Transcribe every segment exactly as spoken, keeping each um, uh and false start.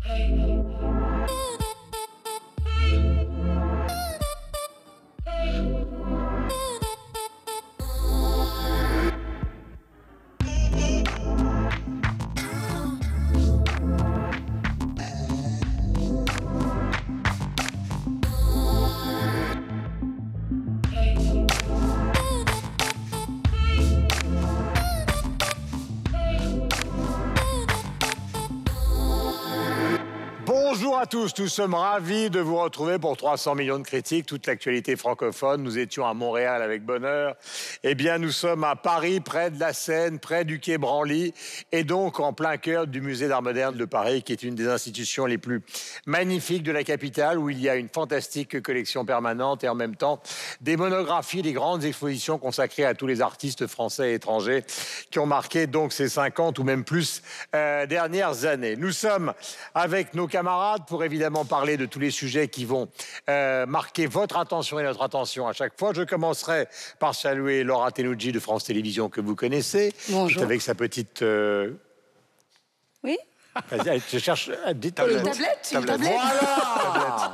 Bonjour à tous, nous sommes ravis de vous retrouver pour trois cents millions de critiques, toute l'actualité francophone. Nous étions à Montréal avec bonheur. Eh bien, nous sommes à Paris, près de la Seine, près du quai Branly, et donc en plein cœur du musée d'art moderne de Paris, qui est une des institutions les plus magnifiques de la capitale, où il y a une fantastique collection permanente et en même temps des monographies, des grandes expositions consacrées à tous les artistes français et étrangers qui ont marqué donc ces cinquante ou même plus euh, dernières années. Nous sommes avec nos camarades pour évidemment parler de tous les sujets qui vont euh, marquer votre attention et notre attention à chaque fois. Je commencerai par saluer Laura Tenucci de France Télévisions, que vous connaissez. Bonjour. Avec sa petite... Euh... Oui. Vas-y, je cherche des tablettes. Une tablette, une tablette. Voilà.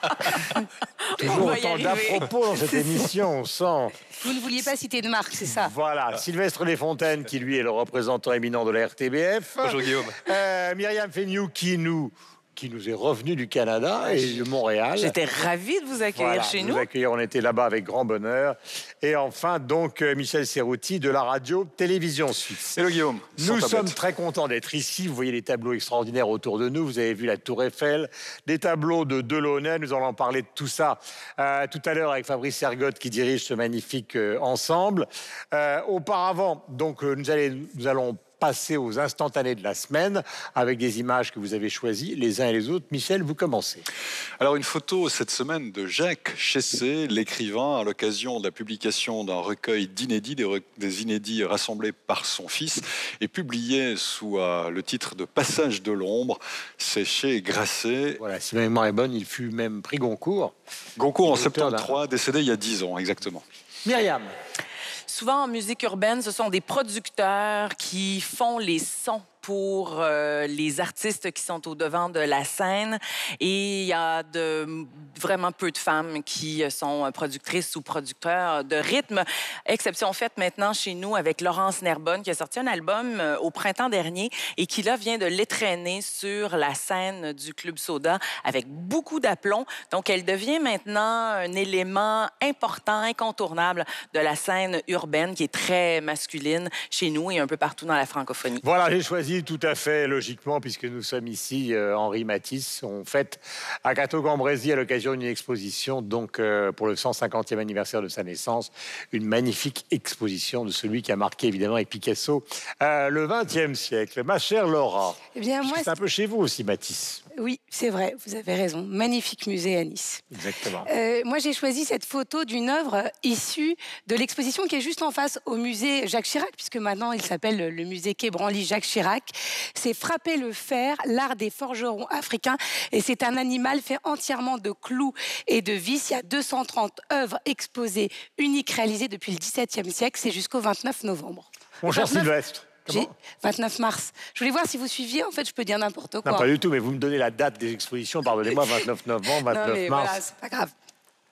Toujours autant d'à-propos dans cette émission, on sent. Vous ne vouliez pas citer de marque, c'est ça? Voilà, Sylvestre Desfontaines, qui lui est le représentant éminent de la R T B F. Bonjour Guillaume. Euh, Myriam Féniou, qui nous... qui nous est revenu du Canada et de Montréal. J'étais ravie de vous accueillir voilà, chez nous nous. accueillir, on était là-bas avec grand bonheur. Et enfin, donc, euh, Michel Serrouti de la radio-télévision suisse. Hello Guillaume. Nous sommes très contents d'être ici. Vous voyez les tableaux extraordinaires autour de nous. Vous avez vu la Tour Eiffel, des tableaux de Delaunay. Nous allons en parler de tout ça euh, tout à l'heure avec Fabrice Ergotte qui dirige ce magnifique euh, ensemble. Euh, auparavant, donc, euh, nous, allez, nous allons passer aux instantanés de la semaine avec des images que vous avez choisies les uns et les autres. Michel, vous commencez. Alors une photo cette semaine de Jacques Chessé, l'écrivain, à l'occasion de la publication d'un recueil d'inédits, des, re... des inédits rassemblés par son fils et publiés sous euh, le titre de Passage de l'ombre. C'est chez Grasset. Voilà, si ma mémoire est bonne, il fut même prix Goncourt. Goncourt en soixante-treize, décédé il y a dix ans exactement. Myriam. Souvent en musique urbaine, ce sont des producteurs qui font les sons pour euh, les artistes qui sont au devant de la scène. Et il y a de, vraiment peu de femmes qui sont productrices ou producteurs de rythme. Exception faite maintenant chez nous avec Laurence Nerbonne, qui a sorti un album euh, au printemps dernier et qui, là, vient de l'étraîner sur la scène du Club Soda avec beaucoup d'aplomb. Donc, elle devient maintenant un élément important, incontournable de la scène urbaine qui est très masculine chez nous et un peu partout dans la francophonie. Voilà, j'ai choisi tout à fait logiquement, puisque nous sommes ici, euh, Henri Matisse. On fête à Cateau-Cambrésis à l'occasion d'une exposition, donc euh, pour le cent cinquantième anniversaire de sa naissance, une magnifique exposition de celui qui a marqué évidemment avec Picasso euh, le vingtième siècle. Ma chère Laura, eh bien, moi, c'est un peu chez vous aussi, Matisse. Oui, c'est vrai, vous avez raison. Magnifique musée à Nice. Exactement. Euh, moi, j'ai choisi cette photo d'une œuvre issue de l'exposition qui est juste en face au musée Jacques Chirac, puisque maintenant il s'appelle le musée quai Branly Jacques Chirac. C'est Frapper le fer, l'art des forgerons africains. Et c'est un animal fait entièrement de clous et de vis. Il y a deux cent trente œuvres exposées, uniques, réalisées depuis le dix-septième siècle. C'est jusqu'au vingt-neuf novembre. Mon cher vingt-neuf... Sylvestre. J'ai vingt-neuf mars. Je voulais voir si vous suiviez. En fait, je peux dire n'importe quoi. Non, pas du tout, mais vous me donnez la date des expositions. Pardonnez-moi, vingt-neuf novembre, vingt-neuf non, mais mars. Voilà, c'est pas grave.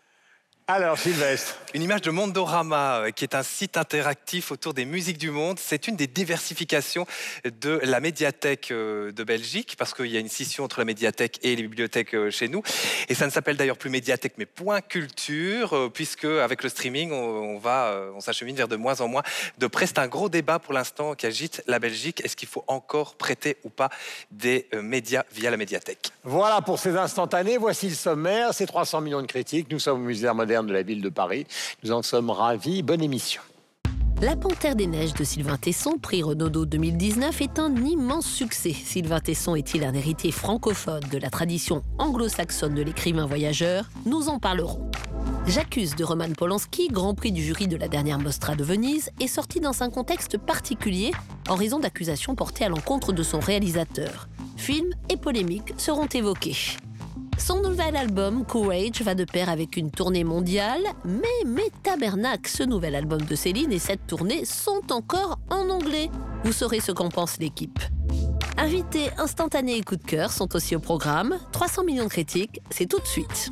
Alors, Sylvestre. Une image de Mondorama, qui est un site interactif autour des musiques du monde. C'est une des diversifications de la médiathèque de Belgique, parce qu'il y a une scission entre la médiathèque et les bibliothèques chez nous. Et ça ne s'appelle d'ailleurs plus médiathèque, mais point culture, puisque avec le streaming, on, va, on s'achemine vers de moins en moins de presse. C'est un gros débat pour l'instant qui agite la Belgique. Est-ce qu'il faut encore prêter ou pas des médias via la médiathèque? Voilà pour ces instantanés. Voici le sommaire. C'est trois cents millions de critiques. Nous sommes au musée d'art moderne de la ville de Paris. Nous en sommes ravis. Bonne émission. La Panthère des Neiges de Sylvain Tesson, prix Renaudot deux mille dix-neuf, est un immense succès. Sylvain Tesson est-il un héritier francophone de la tradition anglo-saxonne de l'écrivain voyageur? Nous en parlerons. J'accuse de Roman Polanski, grand prix du jury de la dernière Mostra de Venise, est sorti dans un contexte particulier en raison d'accusations portées à l'encontre de son réalisateur. Films et polémiques seront évoqués. Son nouvel album, Courage, va de pair avec une tournée mondiale, mais mes tabernacle, ce nouvel album de Céline et cette tournée sont encore en anglais. Vous saurez ce qu'en pense l'équipe. Invités instantanés et coup de cœur sont aussi au programme. trois cents millions de critiques, c'est tout de suite.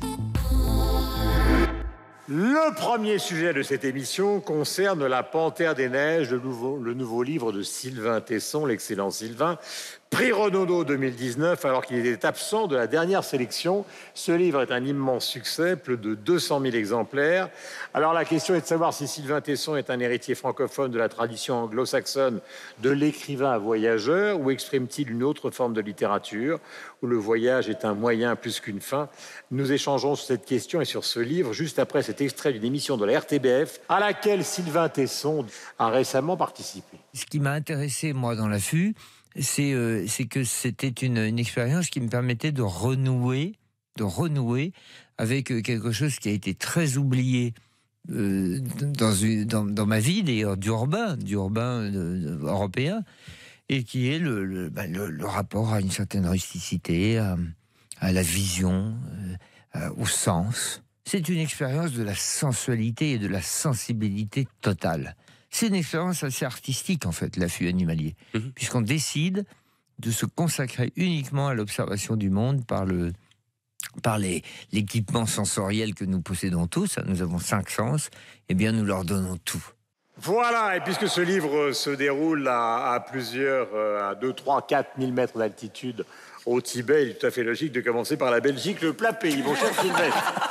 Le premier sujet de cette émission concerne La Panthère des Neiges, le nouveau, le nouveau livre de Sylvain Tesson, l'excellent Sylvain, prix Renaudot deux mille dix-neuf, alors qu'il était absent de la dernière sélection. Ce livre est un immense succès, plus de deux cent mille exemplaires. Alors la question est de savoir si Sylvain Tesson est un héritier francophone de la tradition anglo-saxonne de l'écrivain voyageur, ou exprime-t-il une autre forme de littérature, où le voyage est un moyen plus qu'une fin. Nous échangeons sur cette question et sur ce livre, juste après cet extrait d'une émission de la R T B F, à laquelle Sylvain Tesson a récemment participé. Ce qui m'a intéressé, moi, dans l'affût, c'est euh, c'est que c'était une, une expérience qui me permettait de renouer, de renouer avec euh, quelque chose qui a été très oublié euh, dans, une, dans, dans ma vie, d'ailleurs, d'urbain, d'urbain euh, européen, et qui est le, le, bah, le, le rapport à une certaine rusticité, à, à la vision, euh, au sens. C'est une expérience de la sensualité et de la sensibilité totale. C'est une expérience assez artistique, en fait, l'affût animalier, mmh. puisqu'on décide de se consacrer uniquement à l'observation du monde par, le, par les, l'équipement sensoriel que nous possédons tous. Nous avons cinq sens, eh bien, nous leur donnons tout. Voilà, et puisque ce livre se déroule à, à plusieurs, à deux, trois, quatre mille mètres d'altitude au Tibet, il est tout à fait logique de commencer par la Belgique, le plat pays. Mon cher Sylvestre.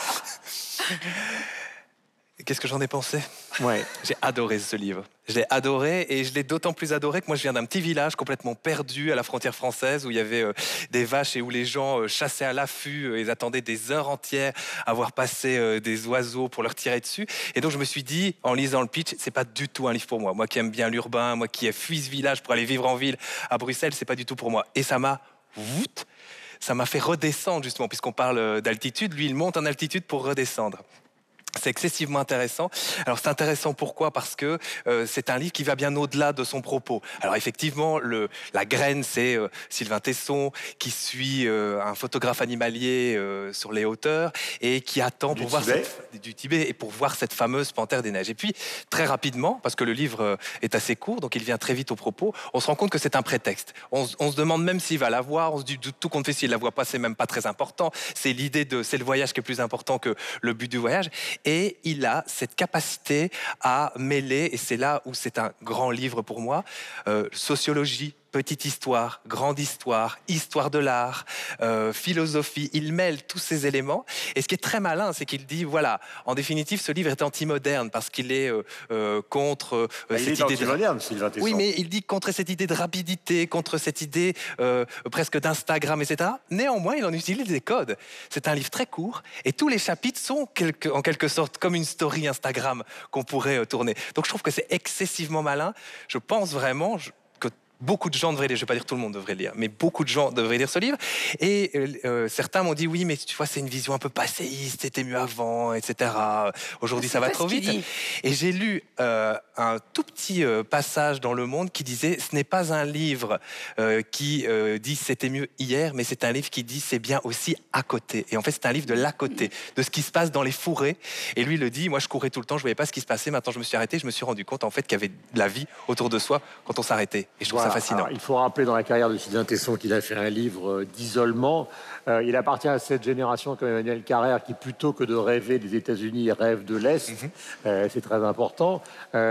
Qu'est-ce que j'en ai pensé? Ouais. J'ai adoré ce livre. Je l'ai adoré et je l'ai d'autant plus adoré que moi je viens d'un petit village complètement perdu à la frontière française où il y avait euh, des vaches et où les gens euh, chassaient à l'affût. Euh, ils attendaient des heures entières à voir passer euh, des oiseaux pour leur tirer dessus. Et donc je me suis dit, en lisant le pitch, c'est pas du tout un livre pour moi. Moi qui aime bien l'urbain, moi qui ai fui ce village pour aller vivre en ville à Bruxelles, c'est pas du tout pour moi. Et ça m'a... Voûte, ça m'a fait redescendre justement, puisqu'on parle d'altitude. Lui, il monte en altitude pour redescendre. C'est excessivement intéressant. Alors c'est intéressant pourquoi? Parce que euh, c'est un livre qui va bien au-delà de son propos. Alors effectivement, le, la graine, c'est euh, Sylvain Tesson qui suit euh, un photographe animalier euh, sur les hauteurs et qui attend du pour Tibet. voir cette, du Tibet et pour voir cette fameuse panthère des neiges. Et puis très rapidement, parce que le livre est assez court, donc il vient très vite au propos, on se rend compte que c'est un prétexte. On, on se demande même s'il va la voir. On se dit tout compte fait, s'il la voit pas, c'est même pas très important. C'est l'idée de, c'est le voyage qui est plus important que le but du voyage. Et il a cette capacité à mêler, et c'est là où c'est un grand livre pour moi, euh, sociologie, petite histoire, grande histoire, histoire de l'art, euh, philosophie. Il mêle tous ces éléments. Et ce qui est très malin, c'est qu'il dit, voilà, en définitive, ce livre est anti-moderne parce qu'il est euh, euh, contre euh, bah, cette il est idée anti-moderne, de... Sylvain Tesson. Oui, mais il dit contre cette idée de rapidité, contre cette idée euh, presque d'Instagram, et cetera. Néanmoins, il en utilise des codes. C'est un livre très court et tous les chapitres sont quelque, en quelque sorte comme une story Instagram qu'on pourrait euh, tourner. Donc je trouve que c'est excessivement malin. Je pense vraiment... Je, Beaucoup de gens devraient lire, je ne vais pas dire tout le monde devrait lire, mais beaucoup de gens devraient lire ce livre. Et euh, certains m'ont dit, oui, mais tu vois, c'est une vision un peu passéiste, c'était mieux avant, et cetera. Aujourd'hui, ça va trop vite. Et j'ai lu euh, un tout petit euh, passage dans Le Monde qui disait, ce n'est pas un livre euh, qui euh, dit c'était mieux hier, mais c'est un livre qui dit c'est bien aussi à côté. Et en fait, c'est un livre de l'à côté, de ce qui se passe dans les fourrés. Et lui le dit, moi je courais tout le temps, je ne voyais pas ce qui se passait. Maintenant, je me suis arrêté, je me suis rendu compte en fait qu'il y avait de la vie autour de soi quand on s'arrêtait. Et je trouve voilà. ça fascinant. Alors, il faut rappeler dans la carrière de Sylvain Tesson qu'il a fait un livre d'isolement. Euh, il appartient à cette génération comme Emmanuel Carrère qui, plutôt que de rêver des États-Unis, rêve de l'Est. Mm-hmm. euh, c'est très important.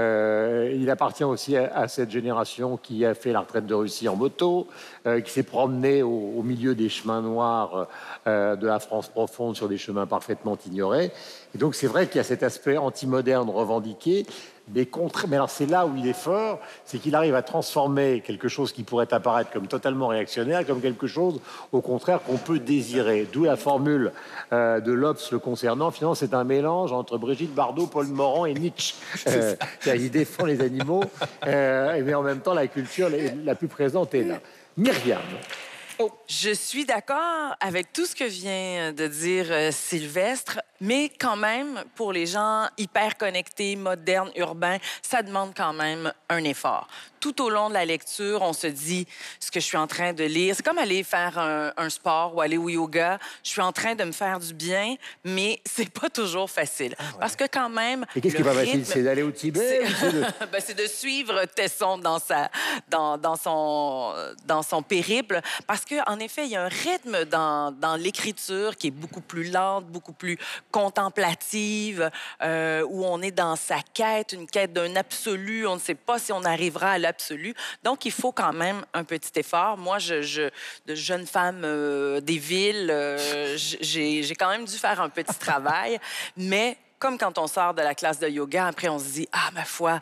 Euh, il appartient aussi à, à cette génération qui a fait la retraite de Russie en moto, euh, qui s'est promené au, au milieu des chemins noirs euh, de la France profonde sur des chemins parfaitement ignorés. Et donc c'est vrai qu'il y a cet aspect anti-moderne revendiqué. Mais, contre... mais alors c'est là où il est fort, c'est qu'il arrive à transformer quelque chose qui pourrait apparaître comme totalement réactionnaire, comme quelque chose au contraire qu'on peut désirer. D'où la formule euh, de Lobs le concernant. Finalement, c'est un mélange entre Brigitte Bardot, Paul Morand et Nietzsche. Euh, il défend les animaux, euh, mais en même temps la culture la, la plus présente est là. Myriam. Oh, je suis d'accord avec tout ce que vient de dire euh, Sylvestre, mais quand même, pour les gens hyper connectés, modernes, urbains, ça demande quand même un effort. tout au long de la lecture, on se dit ce que je suis en train de lire. C'est comme aller faire un, un sport ou aller au yoga. Je suis en train de me faire du bien, mais c'est pas toujours facile. Ah ouais. Parce que quand même... Et qu'est-ce qui est pas facile? C'est d'aller au Tibet? C'est de... ben, c'est de suivre Tesson dans, sa, dans, dans, son, dans son périple. Parce qu'en effet, il y a un rythme dans, dans l'écriture qui est beaucoup plus lente, beaucoup plus contemplative, euh, où on est dans sa quête, une quête d'un absolu. On ne sait pas si on arrivera à l'absolu. Donc, il faut quand même un petit effort. Moi, je, je, de jeune femme euh, des villes, euh, j'ai, j'ai quand même dû faire un petit travail. Mais comme quand on sort de la classe de yoga, après, on se dit « Ah, ma foi,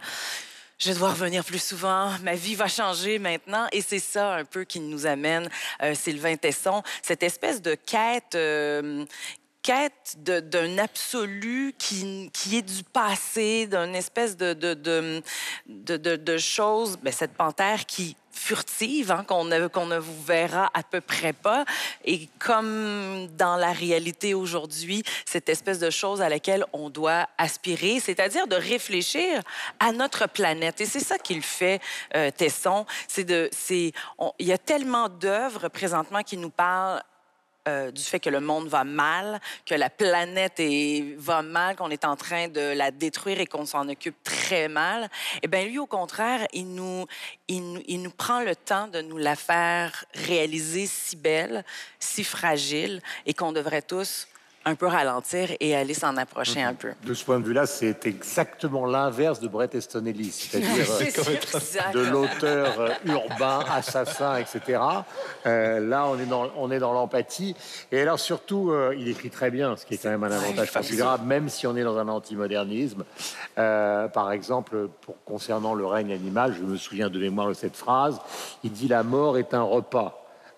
je dois revenir plus souvent, ma vie va changer maintenant. » Et c'est ça un peu qui nous amène, euh, Sylvain Tesson, cette espèce de quête... Euh, quête de, d'un absolu qui, qui est du passé, d'une espèce de, de, de, de, de, de choses, bien, cette panthère qui furtive, hein, qu'on ne, qu'on ne vous verra à peu près pas. Et comme dans la réalité aujourd'hui, cette espèce de chose à laquelle on doit aspirer, c'est-à-dire de réfléchir à notre planète. Et c'est ça qu'il fait, euh, Tesson. C'est de, c'est, on, il y a tellement d'œuvres présentement qui nous parlent Euh, du fait que le monde va mal, que la planète est, va mal, qu'on est en train de la détruire et qu'on s'en occupe très mal. Eh bien, lui, au contraire, il nous, il, nous, il nous prend le temps de nous la faire réaliser si belle, si fragile, et qu'on devrait tous un peu ralentir et aller s'en approcher un peu. De ce point de vue-là, c'est exactement l'inverse de Bret Easton Ellis, c'est-à-dire euh, de l'auteur euh, urbain, assassin, et cetera. Euh, là, on est dans, on est dans l'empathie. Et alors, surtout, euh, il écrit très bien, ce qui est quand même un avantage considérable, même si on est dans un antimodernisme. Euh, par exemple, pour, concernant le règne animal, je me souviens de mémoire de cette phrase, il dit « La mort est un repas ».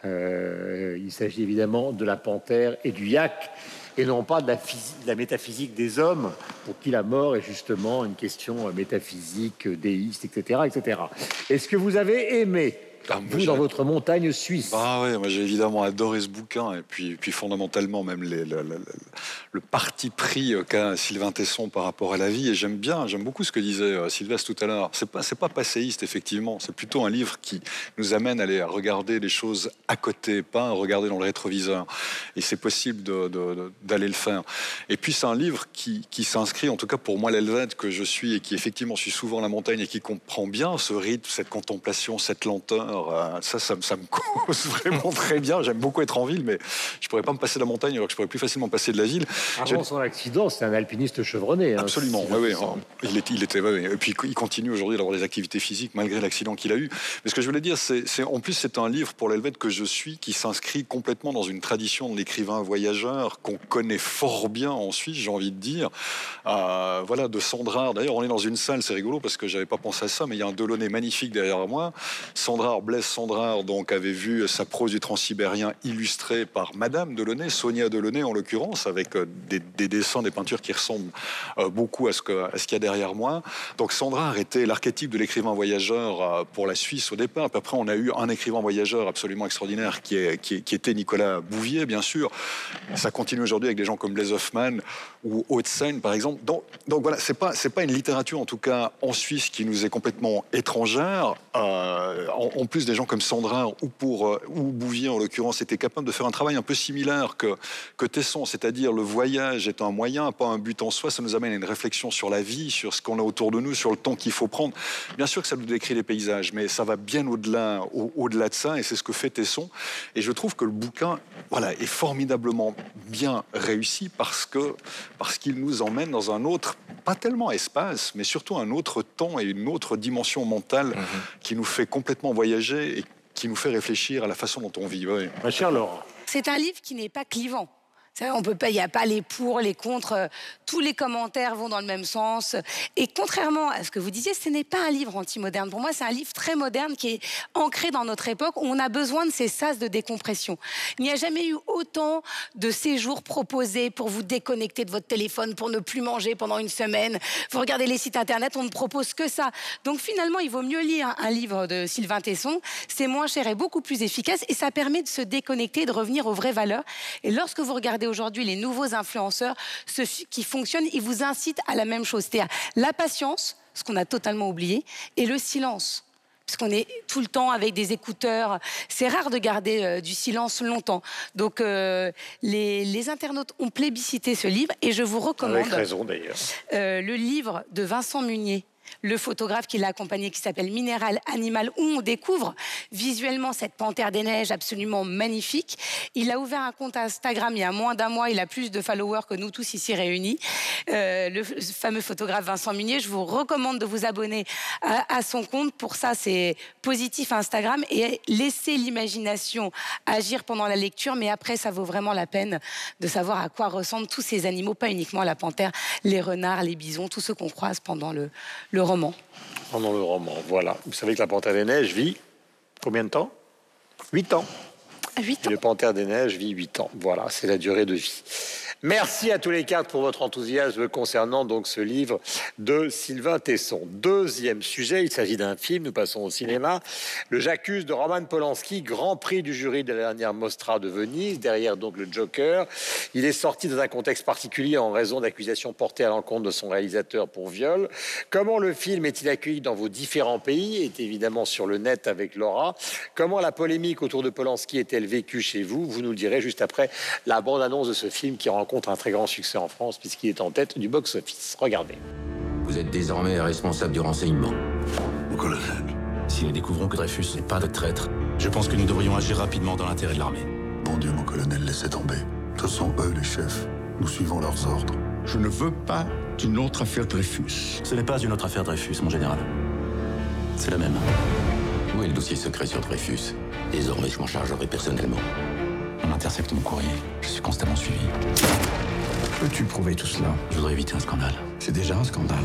Euh, il s'agit évidemment de la panthère et du yak, et non pas de la, de la métaphysique des hommes, pour qui la mort est justement une question métaphysique, déiste, et cetera, et cetera. Est-ce que vous avez aimé, ah, vous, dans votre montagne suisse? Ah ouais, moi j'ai évidemment adoré ce bouquin, et puis, puis fondamentalement même les, le, le, le parti pris qu'a Sylvain Tesson par rapport à la vie, et j'aime bien, j'aime beaucoup ce que disait Sylvestre tout à l'heure. C'est pas, c'est pas passéiste, effectivement, c'est plutôt un livre qui nous amène à aller regarder les choses à côté, pas à regarder dans le rétroviseur, et c'est possible de, de, de, d'aller le faire. Et puis c'est un livre qui, qui s'inscrit, en tout cas pour moi l'Helvète que je suis, et qui effectivement suit souvent la montagne, et qui comprend bien ce rythme, cette contemplation, cette lenteur. Ça, ça, ça me cause vraiment très bien. J'aime beaucoup être en ville, mais je pourrais pas me passer de la montagne alors que je pourrais plus facilement passer de la ville. Avant son accident, c'était un alpiniste chevronné. Hein, absolument, oui, oui. Il était, il était, ouais, et puis il continue aujourd'hui d'avoir des activités physiques malgré l'accident qu'il a eu. Mais ce que je voulais dire, c'est, c'est en plus c'est un livre pour l'Helvète que je suis qui s'inscrit complètement dans une tradition de l'écrivain voyageur qu'on connaît fort bien en Suisse, j'ai envie de dire. Euh, voilà, de Sandrard. D'ailleurs, on est dans une salle, c'est rigolo parce que j'avais pas pensé à ça, mais il y a un Delaunay magnifique derrière moi. Sandrard, Blaise Sandrard, donc, avait vu sa prose du Transsibérien illustrée par Madame Delaunay, Sonia Delaunay en l'occurrence, avec euh, des, des dessins, des peintures qui ressemblent euh, beaucoup à ce, que, à ce qu'il y a derrière moi. Donc Sandrard était l'archétype de l'écrivain voyageur euh, pour la Suisse au départ. Puis après, on a eu un écrivain voyageur absolument extraordinaire qui, est, qui, est, qui était Nicolas Bouvier, bien sûr. Ça continue aujourd'hui avec des gens comme Blaise Hoffmann ou Haute-Seine, par exemple. Donc, donc voilà, c'est pas, c'est pas une littérature, en tout cas en Suisse, qui nous est complètement étrangère. Euh, en, en plus, des gens comme Sandrard ou, pour, euh, ou Bouvier, en l'occurrence, étaient capables de faire un travail un peu similaire que, que Tesson, c'est-à-dire le voyage est un moyen, pas un but en soi. Ça nous amène à une réflexion sur la vie, sur ce qu'on a autour de nous, sur le temps qu'il faut prendre. Bien sûr que ça nous décrit les paysages, mais ça va bien au-delà, au, au-delà de ça, et c'est ce que fait Tesson. Et je trouve que le bouquin, voilà, est formidablement bien réussi parce que parce qu'il nous emmène dans un autre, pas tellement espace, mais surtout un autre temps et une autre dimension mentale mmh. qui nous fait complètement voyager et qui nous fait réfléchir à la façon dont on vit. Ouais. Ma chère Laure. C'est un livre qui n'est pas clivant. On peut pas, il n'y a pas les pour, les contre, euh, tous les commentaires vont dans le même sens. Et contrairement à ce que vous disiez, ce n'est pas un livre anti-moderne. Pour moi, c'est un livre très moderne qui est ancré dans notre époque où on a besoin de ces sas de décompression. Il n'y a jamais eu autant de séjours proposés pour vous déconnecter de votre téléphone, pour ne plus manger pendant une semaine. Vous regardez les sites internet, on ne propose que ça. Donc finalement, il vaut mieux lire un livre de Sylvain Tesson. C'est moins cher et beaucoup plus efficace et ça permet de se déconnecter, de revenir aux vraies valeurs. Et lorsque vous regardez aujourd'hui les nouveaux influenceurs, ceux qui fonctionnent, ils vous incitent à la même chose, c'est-à-dire la patience, ce qu'on a totalement oublié, et le silence. puisqu'on est tout le temps avec des écouteurs. C'est rare de garder euh, du silence longtemps. Donc, euh, les, les internautes ont plébiscité ce livre et je vous recommande Avec raison, d'ailleurs. Euh, le livre de Vincent Munier, le photographe qui l'a accompagné, qui s'appelle Minéral Animal, où on découvre visuellement cette panthère des neiges absolument magnifique. Il a ouvert un compte Instagram il y a moins d'un mois. Il a plus de followers que nous tous ici réunis. Euh, le fameux photographe Vincent Munier, je vous recommande de vous abonner à, à son compte. Pour ça, c'est positif à Instagram et laissez l'imagination agir pendant la lecture. Mais après, ça vaut vraiment la peine de savoir à quoi ressemblent tous ces animaux, pas uniquement la panthère, les renards, les bisons, tous ceux qu'on croise pendant le, le roman. Pendant le roman, voilà. Vous savez que la panthère des neiges vit combien de temps? Huit ans. huit ans. Et le panthère des neiges vit huit ans. Voilà, c'est la durée de vie. Merci à tous les quatre pour votre enthousiasme concernant donc ce livre de Sylvain Tesson. Deuxième sujet, il s'agit d'un film, nous passons au cinéma. Le J'accuse de Roman Polanski, grand prix du jury de la dernière Mostra de Venise, derrière donc le Joker. Il est sorti dans un contexte particulier en raison d'accusations portées à l'encontre de son réalisateur pour viol. Comment le film est-il accueilli dans vos différents pays? Est évidemment sur le net avec Laura. Comment la polémique autour de Polanski est-elle vécue chez vous? Vous nous le direz juste après la bande-annonce de ce film qui rencontre un très grand succès en France puisqu'il est en tête du box-office. Regardez. Vous êtes désormais responsable du renseignement. Mon colonel, Si nous découvrons que Dreyfus n'est pas de traître, je pense que nous devrions agir rapidement dans l'intérêt de l'armée. Bon Dieu, mon colonel, laissez tomber. Ce sont eux les chefs. Nous suivons leurs ordres. Je ne veux pas d'une autre affaire Dreyfus. ce n'est pas une autre affaire Dreyfus, mon général. C'est la même. Où est le dossier secret sur Dreyfus? Désormais, je m'en chargerai personnellement. On intercepte mon courrier. Je suis constamment suivi. Peux-tu prouver tout cela? Je voudrais éviter un scandale. C'est déjà un scandale.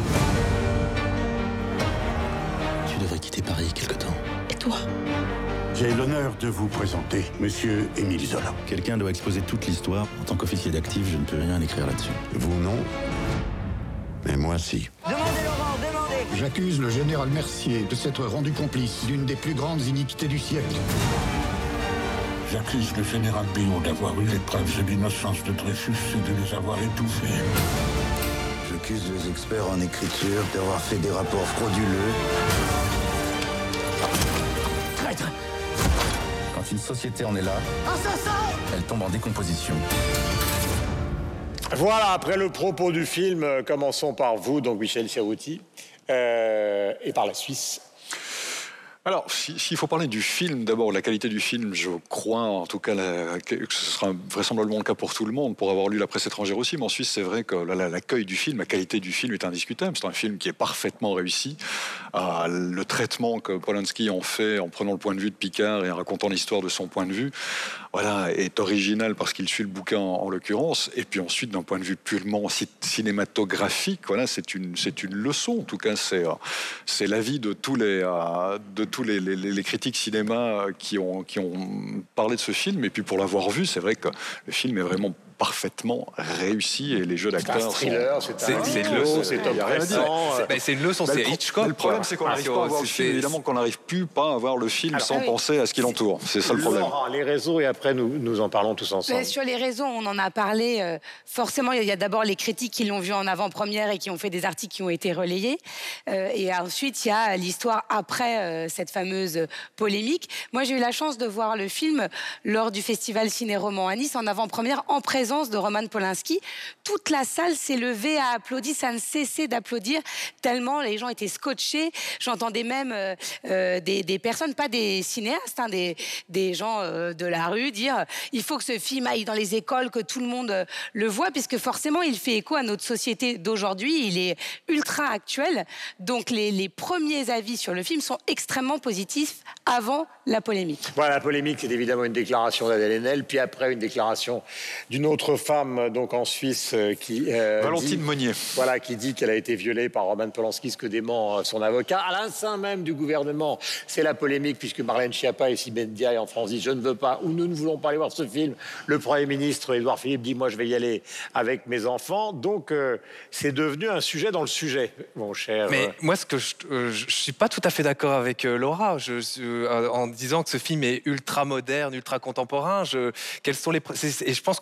Tu devrais quitter Paris quelque temps. Et toi? J'ai l'honneur de vous présenter Monsieur Émile Zola. Quelqu'un doit exposer toute l'histoire. En tant qu'officier d'actif, je ne peux rien écrire là-dessus. Vous non, mais moi si. J'accuse le général Mercier de s'être rendu complice d'une des plus grandes iniquités du siècle. J'accuse le général Billot d'avoir eu les preuves de l'innocence de Dreyfus et de les avoir étouffées. J'accuse les experts en écriture d'avoir fait des rapports frauduleux. Traître! Quand une société en est là, elle tombe en décomposition. Voilà, après le propos du film, euh, commençons par vous, donc Michel Serruti, euh, et par la Suisse. Alors, s'il si, faut parler du film, d'abord, la qualité du film, je crois, en tout cas, la, que ce sera vraisemblablement le cas pour tout le monde, pour avoir lu La presse étrangère aussi, mais en Suisse, c'est vrai que l'accueil du film, la qualité du film est indiscutable. C'est un film qui est parfaitement réussi. Euh, le traitement que Polanski en fait, en prenant le point de vue de Picard et en racontant l'histoire de son point de vue, voilà, est original parce qu'il suit le bouquin en, en l'occurrence. Et puis ensuite, d'un point de vue purement cinématographique, voilà, c'est une, c'est une leçon. En tout cas, c'est c'est l'avis de tous les... Euh, de tous les, les, les critiques cinéma qui ont, qui ont parlé de ce film. Et puis pour l'avoir vu, c'est vrai que le film est vraiment parfaitement réussi et les jeux d'acteurs sont... C'est un thriller, c'est un C'est une huis leçon, clos, c'est oppressant. C'est ben, c'est une leçon, Bah, c'est le pro- Hitchcock. bah, le problème, quoi. c'est qu'on n'arrive pas à voir le C'est- film. Évidemment qu'on n'arrive plus pas à voir le film Alors, sans oui. penser à ce qui l'entoure. C'est ça le problème. Laurent, les réseaux, et après nous, nous en parlons tous ensemble. Mais sur les réseaux, on en a parlé. euh, forcément, il y a, a d'abord les critiques qui l'ont vu en avant-première et qui ont fait des articles qui ont été relayés. Euh, et ensuite, il y a l'histoire après euh, cette fameuse polémique. Moi, j'ai eu la chance de voir le film lors du festival Ciné-Roman à Nice en avant-première en présence de Roman Polanski. Toute la salle s'est levée, a applaudi, ça ne cessait d'applaudir tellement les gens étaient scotchés. J'entendais même euh, euh, des, des personnes, pas des cinéastes, hein, des, des gens euh, de la rue dire il faut que ce film aille dans les écoles, que tout le monde euh, le voit, puisque forcément il fait écho à notre société d'aujourd'hui, il est ultra actuel. Donc les, les premiers avis sur le film sont extrêmement positifs avant la polémique. Voilà, la polémique, c'est évidemment une déclaration d'Adèle Haenel, puis après une déclaration d'une autre femme, donc en Suisse, euh, qui euh, Valentine dit, Monnier. voilà, qui dit qu'elle a été violée par Roman Polanski, ce que dément euh, son avocat. À l'instant même du gouvernement, c'est la polémique, puisque Marlène Schiappa et Sibeth Ndiaye en France disent je ne veux pas, ou nous ne voulons pas aller voir ce film. Le Premier ministre Édouard Philippe dit moi je vais y aller avec mes enfants. Donc euh, c'est devenu un sujet dans le sujet, mon cher. Mais euh, moi, ce que je, euh, je, je suis pas tout à fait d'accord avec euh, Laura je, je- euh, en disant que ce film est ultra moderne, ultra contemporain. Je, quels sont les pr- c'est- et je pense que le propos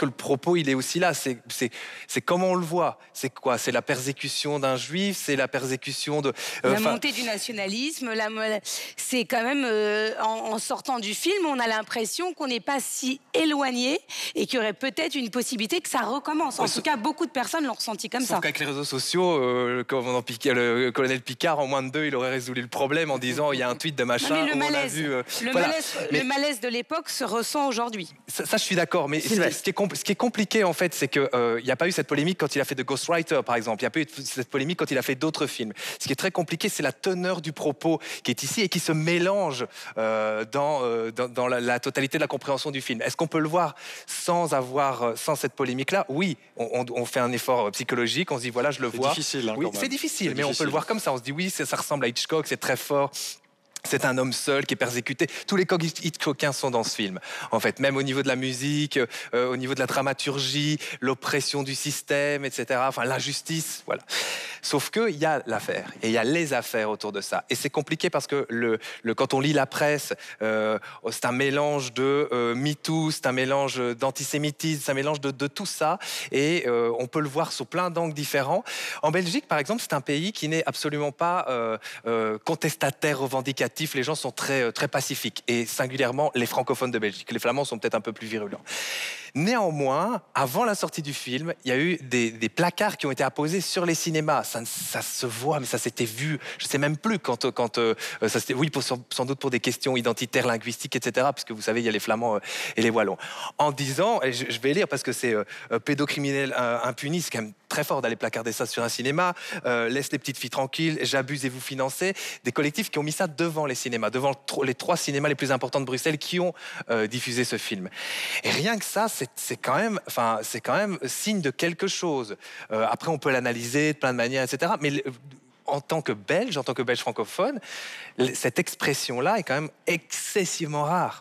propos, il est aussi là. C'est, c'est, c'est comment on le voit. C'est quoi? C'est la persécution d'un juif, c'est la persécution de... Euh, la montée du nationalisme, la, c'est quand même, euh, en, en sortant du film, on a l'impression qu'on n'est pas si éloigné et qu'il y aurait peut-être une possibilité que ça recommence. En ouais, tout cas, beaucoup de personnes l'ont ressenti comme sauf ça. Qu'avec les réseaux sociaux, euh, le, commandant Picard, le colonel Picard, en moins de deux, il aurait résolu le problème en disant il y a un tweet de machin non, mais le où malaise, on a vu... Euh, le, voilà. malaise, mais, le malaise de l'époque se ressent aujourd'hui. Ça, ça, je suis d'accord, mais ce, ce, qui est compl- ce qui est compliqué, en fait, c'est qu'il n'y euh, a pas eu cette polémique quand il a fait The Ghostwriter, par exemple. Il n'y a pas eu cette polémique quand il a fait d'autres films. Ce qui est très compliqué, c'est la teneur du propos qui est ici et qui se mélange euh, dans, euh, dans, dans la, la totalité de la compréhension du film. Est-ce qu'on peut le voir sans avoir, sans cette polémique-là? Oui, on, on fait un effort psychologique, on se dit, voilà, je le c'est vois. Difficile, hein, oui, quand même. c'est difficile, c'est mais difficile. On peut le voir comme ça. On se dit, oui, ça, ça ressemble à Hitchcock, c'est très fort. C'est un homme seul qui est persécuté. Tous les codes Hitchcockiens sont dans ce film, en fait. Même au niveau de la musique, euh, au niveau de la dramaturgie, l'oppression du système, et cetera. Enfin, l'injustice, voilà. Sauf qu'il y a l'affaire, et il y a les affaires autour de ça. Et c'est compliqué parce que le, le, quand on lit la presse, euh, c'est un mélange de euh, MeToo, c'est un mélange d'antisémitisme, c'est un mélange de, de tout ça. Et euh, on peut le voir sous plein d'angles différents. En Belgique, par exemple, c'est un pays qui n'est absolument pas euh, euh, contestataire, revendicatif. Les gens sont très, très pacifiques, et singulièrement les francophones de Belgique. Les flamands sont peut-être un peu plus virulents. Néanmoins, avant la sortie du film, il y a eu des, des placards qui ont été apposés sur les cinémas. Ça, ça se voit, mais ça s'était vu. Je ne sais même plus quand... quand euh, ça s'était, oui, pour, sans doute pour des questions identitaires, linguistiques, et cetera, parce que vous savez, il y a les Flamands euh, et les Wallons. En disant, et je, je vais lire parce que c'est euh, pédocriminel euh, impuni, c'est quand même très fort d'aller placarder ça sur un cinéma. Euh, laisse les petites filles tranquilles, j'abuse et vous financez. Des collectifs qui ont mis ça devant les cinémas, devant les trois cinémas les plus importants de Bruxelles qui ont euh, diffusé ce film. Et rien que ça, c'est, c'est, quand même, enfin, c'est quand même signe de quelque chose. Euh, après, on peut l'analyser de plein de manières, et cetera. Mais en tant que Belge, en tant que Belge francophone, cette expression-là est quand même excessivement rare.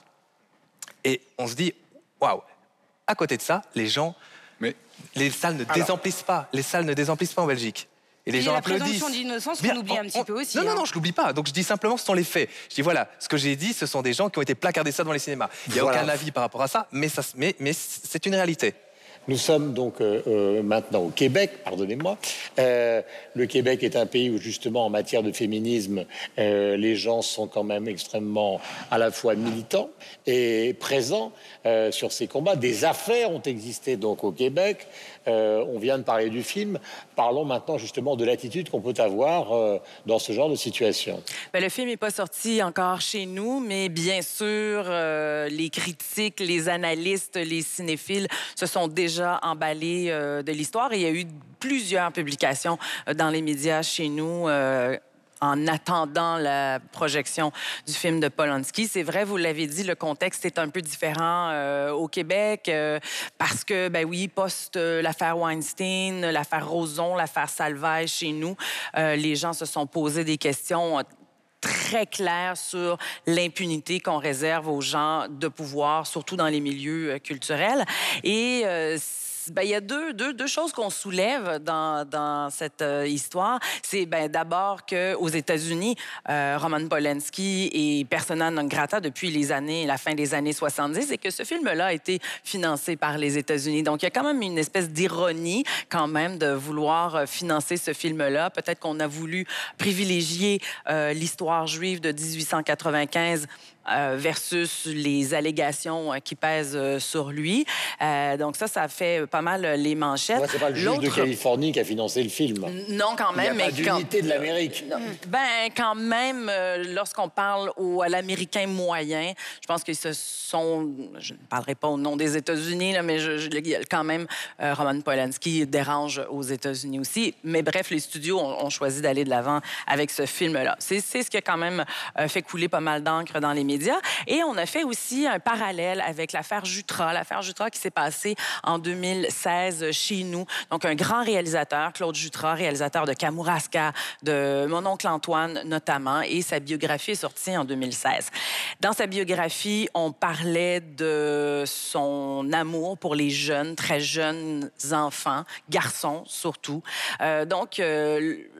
Et on se dit, waouh, à côté de ça, les gens, mais... les salles ne Alors... désemplissent pas. Les salles ne désemplissent pas en Belgique. Et les et gens la applaudissent. présomption d'innocence qu'on oublie un petit on, peu aussi. Non, hein. non, non, je l'oublie pas. Donc je dis simplement ce sont les faits. Je dis voilà, ce que j'ai dit, ce sont des gens qui ont été placardés ça dans les cinémas. Il n'y a voilà. aucun avis par rapport à ça, mais, ça, mais, mais c'est une réalité. Nous sommes donc euh, euh, maintenant au Québec, pardonnez-moi. Euh, le Québec est un pays où justement en matière de féminisme, euh, les gens sont quand même extrêmement à la fois militants et présents euh, sur ces combats. Des affaires ont existé donc au Québec. Euh, on vient de parler du film. Parlons maintenant justement de l'attitude qu'on peut avoir euh, dans ce genre de situation. Ben, le film n'est pas sorti encore chez nous, mais bien sûr, euh, les critiques, les analystes, les cinéphiles se sont déjà emballés euh, de l'histoire. Et il y a eu plusieurs publications euh, dans les médias chez nous euh, en attendant la projection du film de Polanski. C'est vrai, vous l'avez dit, le contexte est un peu différent euh, au Québec euh, parce que, ben oui, post euh, l'affaire Weinstein, l'affaire Roson, l'affaire Salvaille chez nous, euh, les gens se sont posé des questions très claires sur l'impunité qu'on réserve aux gens de pouvoir, surtout dans les milieux euh, culturels. Et euh, ben, il y a deux, deux, deux choses qu'on soulève dans, dans cette euh, histoire. C'est ben, d'abord qu'aux États-Unis, euh, Roman Polanski est persona non grata depuis les années, la fin des années soixante-dix, et que ce film-là a été financé par les États-Unis. Donc, il y a quand même une espèce d'ironie quand même de vouloir financer ce film-là. Peut-être qu'on a voulu privilégier euh, l'histoire juive de dix-huit cent quatre-vingt-quinze Euh, versus les allégations euh, qui pèsent euh, sur lui. Euh, donc ça, ça fait pas mal euh, les manchettes. Moi, c'est pas le juge de Californie qui a financé le film. Non, quand même. Il n'y a pas d'unité quand... de l'Amérique. Ben, quand même, euh, lorsqu'on parle au, à l'Américain moyen, je pense qu'ils se sont... Je ne parlerai pas au nom des États-Unis, là, mais je, je, quand même, euh, Roman Polanski dérange aux États-Unis aussi. Mais bref, les studios ont, ont choisi d'aller de l'avant avec ce film-là. C'est, c'est ce qui a quand même euh, fait couler pas mal d'encre dans les médias. Et on a fait aussi un parallèle avec l'affaire Jutra, l'affaire Jutra qui s'est passée en deux mille seize chez nous. Donc, un grand réalisateur, Claude Jutra, réalisateur de Kamouraska, de Mon oncle Antoine notamment, et sa biographie est sortie en deux mille seize. Dans sa biographie, on parlait de son amour pour les jeunes, très jeunes enfants, garçons surtout. Euh, donc, euh,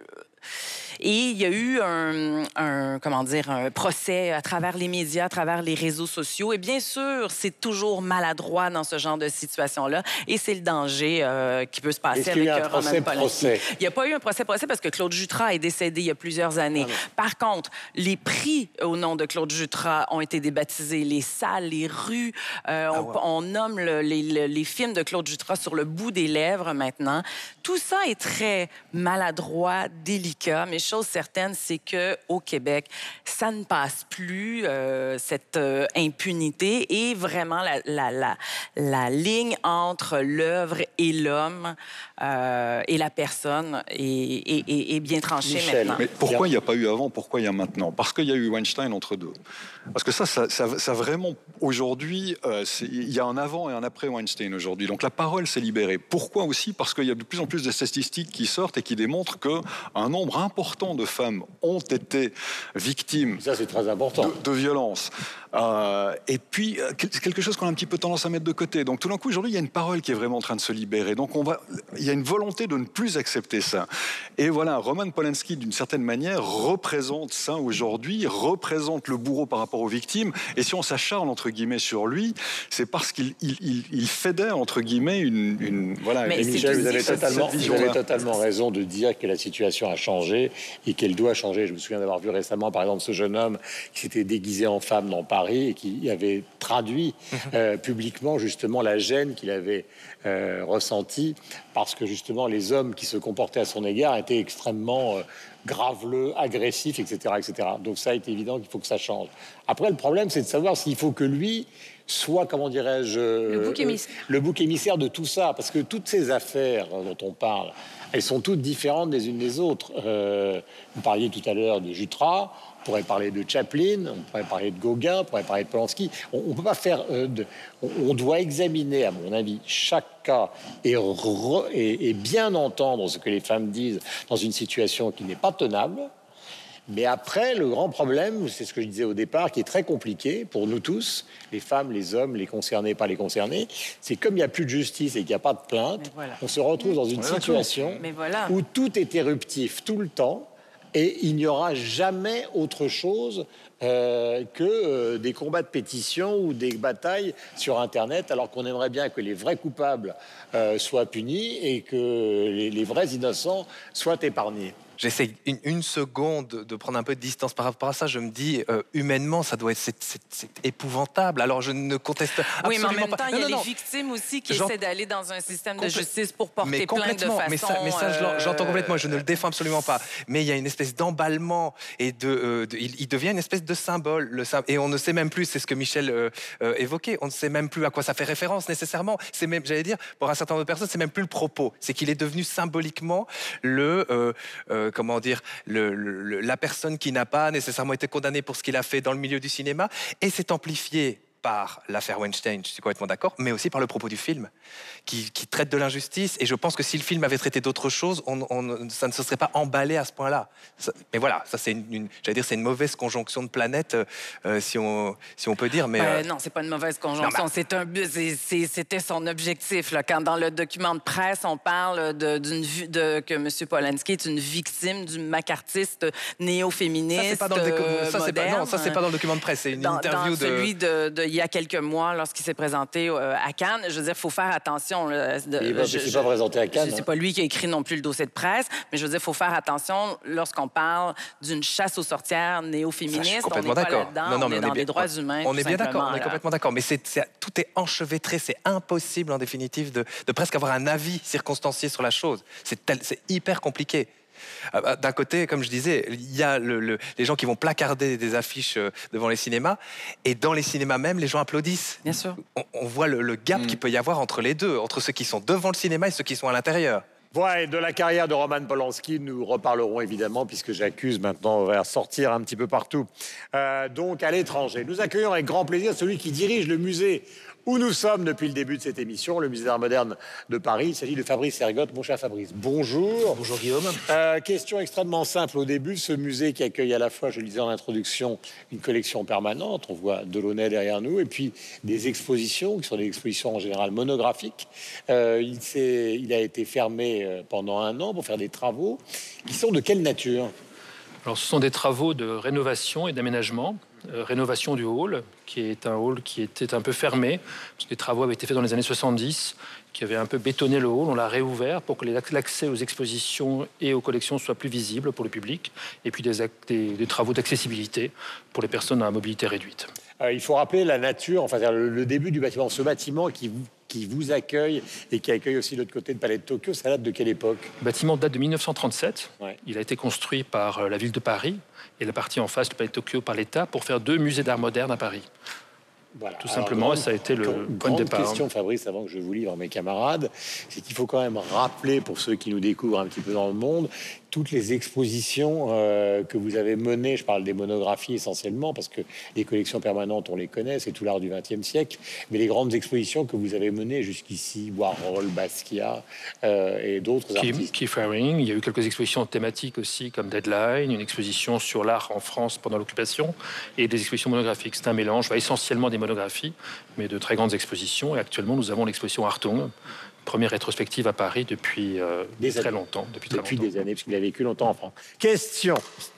Et il y a eu un, un, comment dire, un procès à travers les médias, à travers les réseaux sociaux. Et bien sûr, c'est toujours maladroit dans ce genre de situation-là. Et c'est le danger euh, qui peut se passer avec euh, Roman Polanski. Il n'y a pas eu un procès-procès parce que Claude Jutras est décédé il y a plusieurs années. Ah Par contre, les prix au nom de Claude Jutras ont été débaptisés. Les salles, les rues, euh, ah, on, wow. on nomme le, les, le, les films de Claude Jutras sur le bout des lèvres maintenant. Tout ça est très maladroit, délicat, mais chose certaine, c'est qu'au Québec, ça ne passe plus, euh, cette euh, impunité, et vraiment la, la, la, la ligne entre l'œuvre et l'homme euh, et la personne est, est, est, est bien tranchée Michel, maintenant. Mais pourquoi il n'y a pas eu avant, pourquoi il y a maintenant? Parce qu'il y a eu Weinstein entre deux. Parce que ça, ça, ça, ça vraiment, aujourd'hui, euh, il y a un avant et un après Weinstein aujourd'hui. Donc la parole s'est libérée. Pourquoi aussi? Parce qu'il y a de plus en plus de statistiques qui sortent et qui démontrent qu'un nombre important de femmes ont été victimes ça, c'est très important. De, de violences. Euh, et puis, c'est quelque chose qu'on a un petit peu tendance à mettre de côté. Donc tout d'un coup, aujourd'hui, il y a une parole qui est vraiment en train de se libérer. Donc on va, il y a une volonté de ne plus accepter ça. Et voilà, Roman Polanski, d'une certaine manière, représente ça aujourd'hui, représente le bourreau par rapport aux victimes. Et si on s'acharne, entre guillemets, sur lui, c'est parce qu'il il, il, il fédère, entre guillemets, une... une voilà, mais Michel, vous avez, totalement, vous avez totalement raison de dire que la situation a changé et qu'elle doit changer. Je me souviens d'avoir vu récemment, par exemple, ce jeune homme qui s'était déguisé en femme dans Paris et qui avait traduit euh, publiquement, justement, la gêne qu'il avait euh, ressentie parce que, justement, les hommes qui se comportaient à son égard étaient extrêmement... Euh, graveleux, agressif, et cetera, et cetera. Donc ça est évident qu'il faut que ça change. Après, le problème, c'est de savoir s'il faut que lui soit, comment dirais-je... Le bouc émissaire. Euh, le bouc émissaire de tout ça. Parce que toutes ces affaires dont on parle, elles sont toutes différentes les unes des autres. Euh, vous parliez tout à l'heure de Jutras, on pourrait parler de Chaplin, on pourrait parler de Gauguin, on pourrait parler de Polanski. On ne peut pas faire... Euh, de, on, on doit examiner, à mon avis, chaque cas et, re, et, et bien entendre ce que les femmes disent dans une situation qui n'est pas tenable. Mais après, le grand problème, c'est ce que je disais au départ, qui est très compliqué pour nous tous, les femmes, les hommes, les concernés, pas les concernés, c'est comme il n'y a plus de justice et qu'il n'y a pas de plainte, voilà. On se retrouve dans une voilà, situation voilà. où tout est éruptif tout le temps et il n'y aura jamais autre chose euh, que euh, des combats de pétition ou des batailles sur Internet, alors qu'on aimerait bien que les vrais coupables euh, soient punis et que les, les vrais innocents soient épargnés. J'essaie une, une seconde de prendre un peu de distance par rapport à ça. Je me dis, euh, humainement, ça doit être c'est, c'est, c'est épouvantable. Alors, je ne conteste absolument oui, mais en même pas. temps, il y a non, non, les victimes aussi qui J'en... essaient d'aller dans un système Complé... de justice pour porter mais plainte de façon... Mais ça, mais ça euh... j'entends complètement. Je ne le défends absolument pas. Mais il y a une espèce d'emballement et de, euh, de il, il devient une espèce de symbole. Le, et on ne sait même plus, c'est ce que Michel euh, euh, évoquait, on ne sait même plus à quoi ça fait référence nécessairement. C'est même, j'allais dire, pour un certain nombre de personnes, c'est même plus le propos. C'est qu'il est devenu symboliquement le, euh, euh, comment dire, Le, le, la personne qui n'a pas nécessairement été condamnée pour ce qu'il a fait dans le milieu du cinéma, et c'est amplifié par l'affaire Weinstein, je suis complètement d'accord, mais aussi par le propos du film, qui, qui traite de l'injustice. Et je pense que si le film avait traité d'autre chose, on, on, ça ne se serait pas emballé à ce point-là. Ça, mais voilà, ça c'est une, une, j'allais dire, c'est une mauvaise conjonction de planètes, euh, si on si on peut dire. Mais euh, euh... non, c'est pas une mauvaise conjonction. Non, mais... c'est un, c'est, c'est, c'était son objectif. Là, quand dans le document de presse, on parle de, d'une de que M. Polanski est une victime du macartiste néo-féministe. Ça c'est pas dans le, docu- ça, c'est pas, non, ça c'est pas dans le document de presse. C'est une dans, interview dans de. Celui de, de il y a quelques mois, lorsqu'il s'est présenté euh, à Cannes. Je veux dire, il faut faire attention. Là, de, il ne s'est pas présenté à Cannes. C'est pas lui qui a écrit non plus le dossier de presse, mais je veux dire, il faut faire attention lorsqu'on parle d'une chasse aux sorcières néo-féministes. On n'est pas là-dedans, non, non, on est on dans est bien, les droits on, humains. On est bien d'accord, on est là. complètement d'accord. Mais c'est, c'est, tout est enchevêtré, c'est impossible en définitive de, de presque avoir un avis circonstancié sur la chose. C'est, tel, c'est hyper compliqué. D'un côté, comme je disais, il y a le, le, les gens qui vont placarder des affiches devant les cinémas, et dans les cinémas même, les gens applaudissent. Bien sûr. On, on voit le, le gap mmh. qu'il peut y avoir entre les deux, entre ceux qui sont devant le cinéma et ceux qui sont à l'intérieur. Voilà, et de la carrière de Roman Polanski, nous reparlerons évidemment, puisque j'accuse maintenant, on va sortir un petit peu partout. Euh, donc, à l'étranger. Nous accueillons avec grand plaisir celui qui dirige le musée où nous sommes depuis le début de cette émission, le musée d'art moderne de Paris. Il s'agit de Fabrice Ergotte. Mon cher Fabrice, bonjour. Bonjour Guillaume. Euh, question extrêmement simple au début. Ce musée qui accueille à la fois, je le disais en introduction, une collection permanente. On voit Delaunay derrière nous. Et puis des expositions, qui sont des expositions en général monographiques. Euh, il, s'est, il a été fermé pendant un an pour faire des travaux. Qui sont de quelle nature? Alors, ce sont des travaux de rénovation et d'aménagement. Euh, rénovation du hall, qui est un hall qui était un peu fermé, parce que les travaux avaient été faits dans les années soixante-dix, qui avaient un peu bétonné le hall. On l'a réouvert pour que l'accès aux expositions et aux collections soit plus visible pour le public, et puis des, des, des travaux d'accessibilité pour les personnes à mobilité réduite. Euh, il faut rappeler la nature, enfin le, le début du bâtiment. Ce bâtiment qui vous, qui vous accueille et qui accueille aussi de l'autre côté le palais de Tokyo, ça date de quelle époque? Le bâtiment date de mille neuf cent trente-sept. Ouais. Il a été construit par la ville de Paris et la partie en face du palais de Tokyo par l'État pour faire deux musées d'art moderne à Paris. Voilà. Tout simplement, Alors, ça a été le point de départ. Grande question, Fabrice, avant que je vous livre à mes camarades, c'est qu'il faut quand même rappeler, pour ceux qui nous découvrent un petit peu dans le monde, toutes les expositions euh, que vous avez menées. Je parle des monographies essentiellement, parce que les collections permanentes, on les connaît, c'est tout l'art du vingtième siècle, mais les grandes expositions que vous avez menées jusqu'ici, Warhol, Basquiat euh, et d'autres artistes. Keith Haring, il y a eu quelques expositions thématiques aussi, comme Deadline, une exposition sur l'art en France pendant l'occupation, et des expositions monographiques. C'est un mélange, bah, essentiellement des monographies, mais de très grandes expositions. Et actuellement, nous avons l'exposition Hartung, première rétrospective à Paris depuis euh, très années. longtemps. Depuis, très depuis longtemps. des années, parce qu'il a vécu longtemps en France. Question.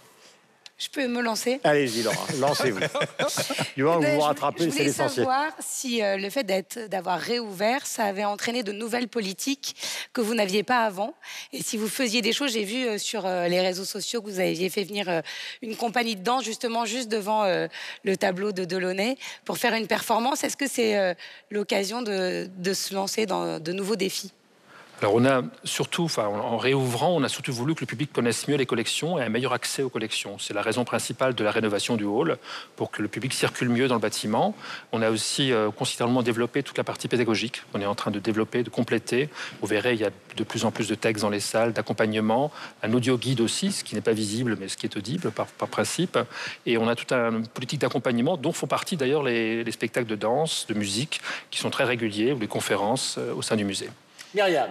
Je peux me lancer? Allez-y, Laura, lancez-vous. Du moment que vous vous rattrapez, c'est l'essentiel. Je voulais savoir si euh, le fait d'être, d'avoir réouvert, ça avait entraîné de nouvelles politiques que vous n'aviez pas avant. Et si vous faisiez des choses, j'ai vu euh, sur euh, les réseaux sociaux que vous aviez fait venir euh, une compagnie de danse, justement, juste devant euh, le tableau de Delaunay, pour faire une performance. Est-ce que c'est euh, l'occasion de, de se lancer dans de nouveaux défis? Alors on a surtout, enfin, en réouvrant, on a surtout voulu que le public connaisse mieux les collections et un meilleur accès aux collections. C'est la raison principale de la rénovation du hall, pour que le public circule mieux dans le bâtiment. On a aussi euh, considérablement développé toute la partie pédagogique. On est en train de développer, de compléter. Vous verrez, il y a de plus en plus de textes dans les salles, d'accompagnement, un audio guide aussi, ce qui n'est pas visible, mais ce qui est audible par, par principe. Et on a toute une politique d'accompagnement, dont font partie d'ailleurs les, les spectacles de danse, de musique, qui sont très réguliers, ou les conférences euh, au sein du musée. Myriam.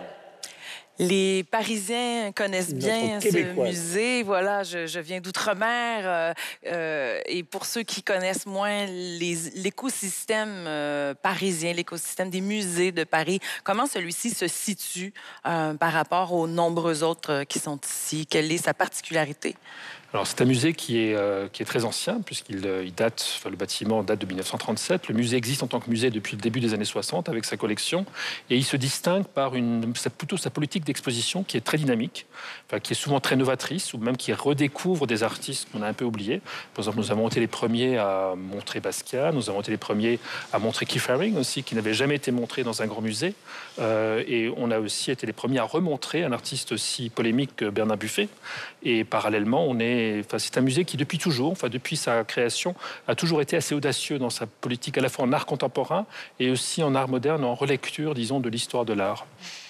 Les Parisiens connaissent Notre bien ce Québécoise. musée. Voilà, je, je viens d'outre-mer. Euh, euh, et pour ceux qui connaissent moins les- l'écosystème euh, parisien, l'écosystème des musées de Paris, comment celui-ci se situe euh, par rapport aux nombreux autres euh, qui sont ici? Quelle est sa particularité? Alors, c'est un musée qui est, euh, qui est très ancien, puisqu'il euh, il date, enfin, le bâtiment date de mille neuf cent trente-sept. Le musée existe en tant que musée depuis le début des années soixante, avec sa collection. Et il se distingue par une, sa- plutôt sa politique d'exposition qui est très dynamique, enfin, qui est souvent très novatrice, ou même qui redécouvre des artistes qu'on a un peu oubliés. Par exemple, nous avons été les premiers à montrer Basquiat, nous avons été les premiers à montrer Keith Haring aussi, qui n'avait jamais été montré dans un grand musée. Euh, et on a aussi été les premiers à remontrer un artiste aussi polémique que Bernard Buffet. Et parallèlement, on est Enfin, c'est un musée qui, depuis toujours, enfin, depuis sa création, a toujours été assez audacieux dans sa politique, à la fois en art contemporain et aussi en art moderne, en relecture, disons, de l'histoire de l'art.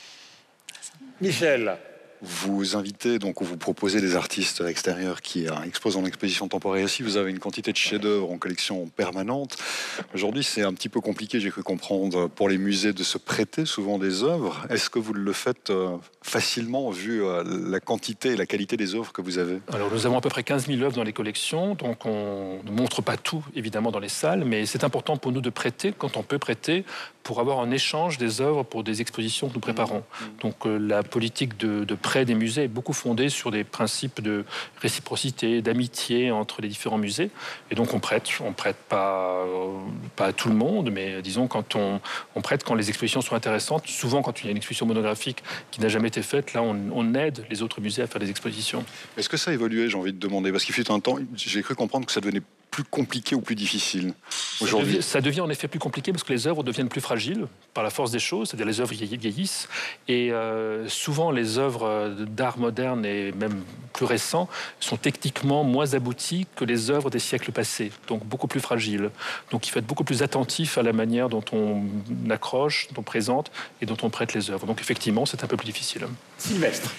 Michel. Vous invitez, donc, ou vous proposez des artistes extérieurs qui euh, exposent en exposition temporaire ici. Vous avez une quantité de chefs-d'œuvre en collection permanente. Aujourd'hui, c'est un petit peu compliqué, j'ai cru comprendre, pour les musées de se prêter souvent des œuvres. Est-ce que vous le faites euh, facilement, vu euh, la quantité et la qualité des œuvres que vous avez? Alors, nous avons à peu près quinze mille œuvres dans les collections, donc on ne montre pas tout, évidemment, dans les salles, mais c'est important pour nous de prêter, quand on peut prêter, pour avoir en échange des œuvres pour des expositions que nous préparons. Donc, euh, la politique de, de prêt des musées est beaucoup fondée sur des principes de réciprocité, d'amitié entre les différents musées. Et donc, on prête. On prête pas, euh, pas à tout le monde, mais disons, quand on, on prête quand les expositions sont intéressantes. Souvent, quand il y a une exposition monographique qui n'a jamais été faite, là, on, on aide les autres musées à faire des expositions. Est-ce que ça a évolué, j'ai envie de demander? Parce qu'il fut un temps, j'ai cru comprendre que ça devenait plus compliqué ou plus difficile aujourd'hui. Ça devient, ça devient en effet plus compliqué parce que les œuvres deviennent plus fragiles par la force des choses, c'est-à-dire les œuvres vieillissent. Et euh, souvent, les œuvres d'art moderne et même plus récents sont techniquement moins abouties que les œuvres des siècles passés, donc beaucoup plus fragiles. Donc il faut être beaucoup plus attentif à la manière dont on accroche, dont on présente et dont on prête les œuvres. Donc effectivement, c'est un peu plus difficile. Sylvestre.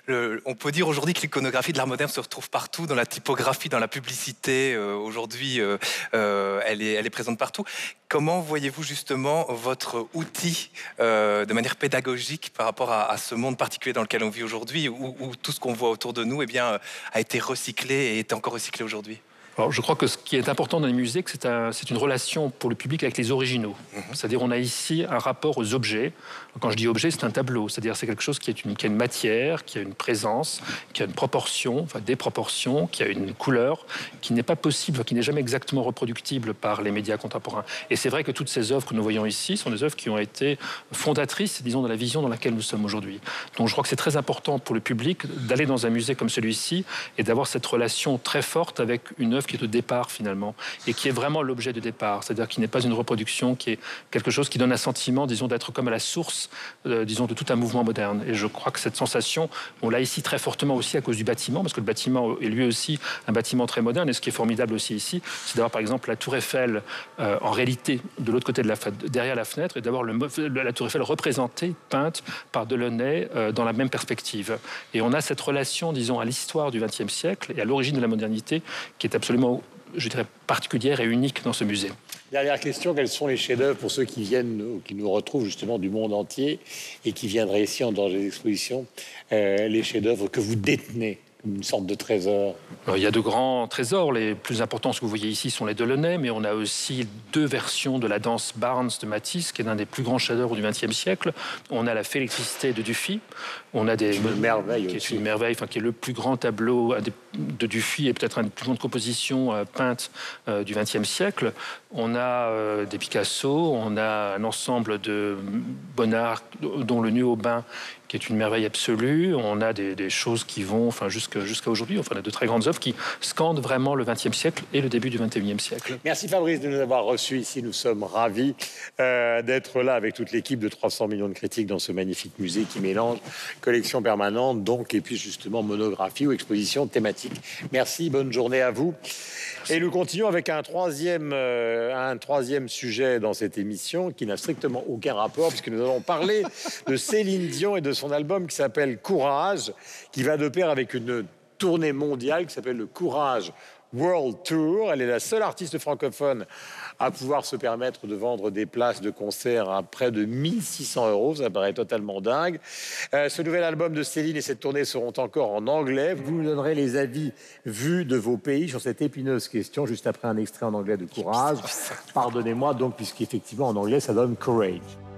Le, on peut dire aujourd'hui que l'iconographie de l'art moderne se retrouve partout, dans la typographie, dans la publicité. Euh, aujourd'hui, euh, euh, elle, est, elle est présente partout. Comment voyez-vous justement votre outil euh, de manière pédagogique par rapport à, à ce monde particulier dans lequel on vit aujourd'hui, où, où tout ce qu'on voit autour de nous eh bien, a été recyclé et est encore recyclé aujourd'hui? Alors, je crois que ce qui est important dans les musées, c'est un, c'est une relation pour le public avec les originaux. Mmh. C'est-à-dire on a ici un rapport aux objets. Quand je dis objet, c'est un tableau. C'est-à-dire c'est quelque chose qui, est une, qui a une matière, qui a une présence, qui a une proportion, enfin des proportions, qui a une couleur, qui n'est pas possible, qui n'est jamais exactement reproductible par les médias contemporains. Et c'est vrai que toutes ces œuvres que nous voyons ici sont des œuvres qui ont été fondatrices, disons, de la vision dans laquelle nous sommes aujourd'hui. Donc je crois que c'est très important pour le public d'aller dans un musée comme celui-ci et d'avoir cette relation très forte avec une œuvre qui est au départ finalement et qui est vraiment l'objet de départ, c'est-à-dire qui n'est pas une reproduction, qui est quelque chose qui donne un sentiment, disons, d'être comme à la source, euh, disons, de tout un mouvement moderne. Et je crois que cette sensation, on l'a ici très fortement aussi à cause du bâtiment, parce que le bâtiment est lui aussi un bâtiment très moderne. Et ce qui est formidable aussi ici, c'est d'avoir par exemple la Tour Eiffel euh, en réalité de l'autre côté de la derrière la fenêtre, et d'avoir le, la Tour Eiffel représentée, peinte par Delaunay euh, dans la même perspective. Et on a cette relation, disons, à l'histoire du vingtième siècle et à l'origine de la modernité qui est absolument, je dirais, particulière et unique dans ce musée. Dernière question, quels sont les chefs-d'œuvre pour ceux qui viennent ou qui nous retrouvent justement du monde entier et qui viendraient ici en dans les expositions, euh, les chefs-d'œuvre que vous détenez, une sorte de trésor? Alors, il y a de grands trésors. Les plus importants, ce que vous voyez ici, sont les Delaunay, mais on a aussi deux versions de la danse Barnes de Matisse, qui est l'un des plus grands chefs-d'œuvre du vingtième siècle. On a la Félicité de Dufy. On a des une merveille qui aussi. est une merveille, enfin qui est le plus grand tableau de Dufy et peut-être une des plus grandes compositions euh, peintes euh, du vingtième siècle. On a euh, des Picasso, on a un ensemble de Bonnard, dont le Nu au bain, qui est une merveille absolue. On a des, des choses qui vont, enfin jusqu'à jusqu'à aujourd'hui. Enfin, on a de très grandes œuvres qui scandent vraiment le vingtième siècle et le début du vingt et unième siècle. Merci Fabrice de nous avoir reçus ici. Nous sommes ravis euh, d'être là avec toute l'équipe de trois cents millions de critiques dans ce magnifique musée qui mélange collection permanente, donc, et puis justement monographie ou exposition thématique. Merci, bonne journée à vous. Et nous continuons avec un troisième, euh, un troisième sujet dans cette émission qui n'a strictement aucun rapport, puisque nous allons parler de Céline Dion et de son album qui s'appelle Courage, qui va de pair avec une tournée mondiale qui s'appelle le Courage World Tour. Elle est la seule artiste francophone à pouvoir se permettre de vendre des places de concert à près de mille six cents euros. Ça paraît totalement dingue. Euh, ce nouvel album de Céline et cette tournée seront encore en anglais. Vous nous donnerez les avis vus de vos pays sur cette épineuse question, juste après un extrait en anglais de Courage. Pardonnez-moi donc, puisqu'effectivement en anglais ça donne Courage.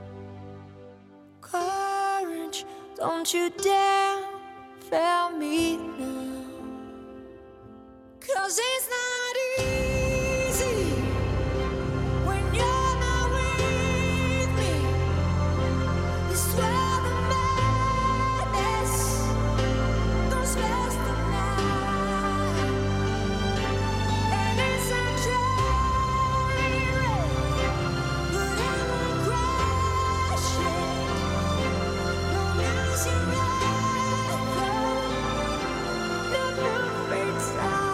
Courage, don't you dare fail me now. 'Cause it's not easy when you're not with me. It's where the madness goes past the night. And it's a journey, but I won't crash it. No music, no perfect sound.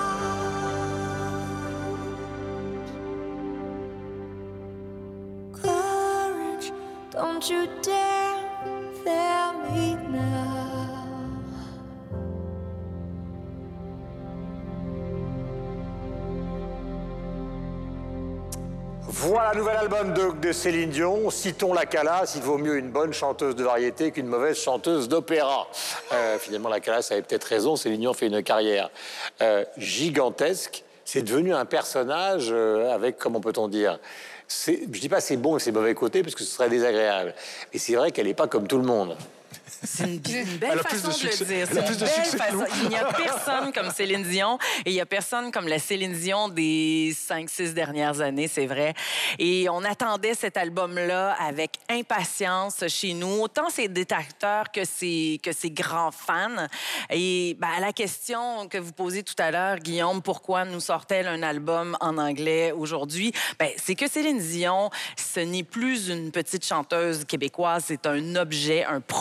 Don't you dare fail me now. Voilà, nouvel album de, de Céline Dion. Citons la Calas, il vaut mieux une bonne chanteuse de variété qu'une mauvaise chanteuse d'opéra. Euh, finalement, la Calas avait peut-être raison, Céline Dion fait une carrière euh, gigantesque. C'est devenu un personnage euh, avec, comment peut-on dire, je ne dis pas c'est bon et c'est mauvais côté, parce que ce serait désagréable. Mais c'est vrai qu'elle n'est pas comme tout le monde. C'est une, une belle façon de, de le dire. C'est une belle façon. Il n'y a personne comme Céline Dion et il n'y a personne comme la Céline Dion des cinq six dernières années, c'est vrai. Et on attendait cet album-là avec impatience chez nous, autant ses détracteurs que ses, que ses grands fans. Et ben, à la question que vous posez tout à l'heure, Guillaume, pourquoi nous sort-elle un album en anglais aujourd'hui? Ben, c'est que Céline Dion, ce n'est plus une petite chanteuse québécoise, c'est un objet, un produit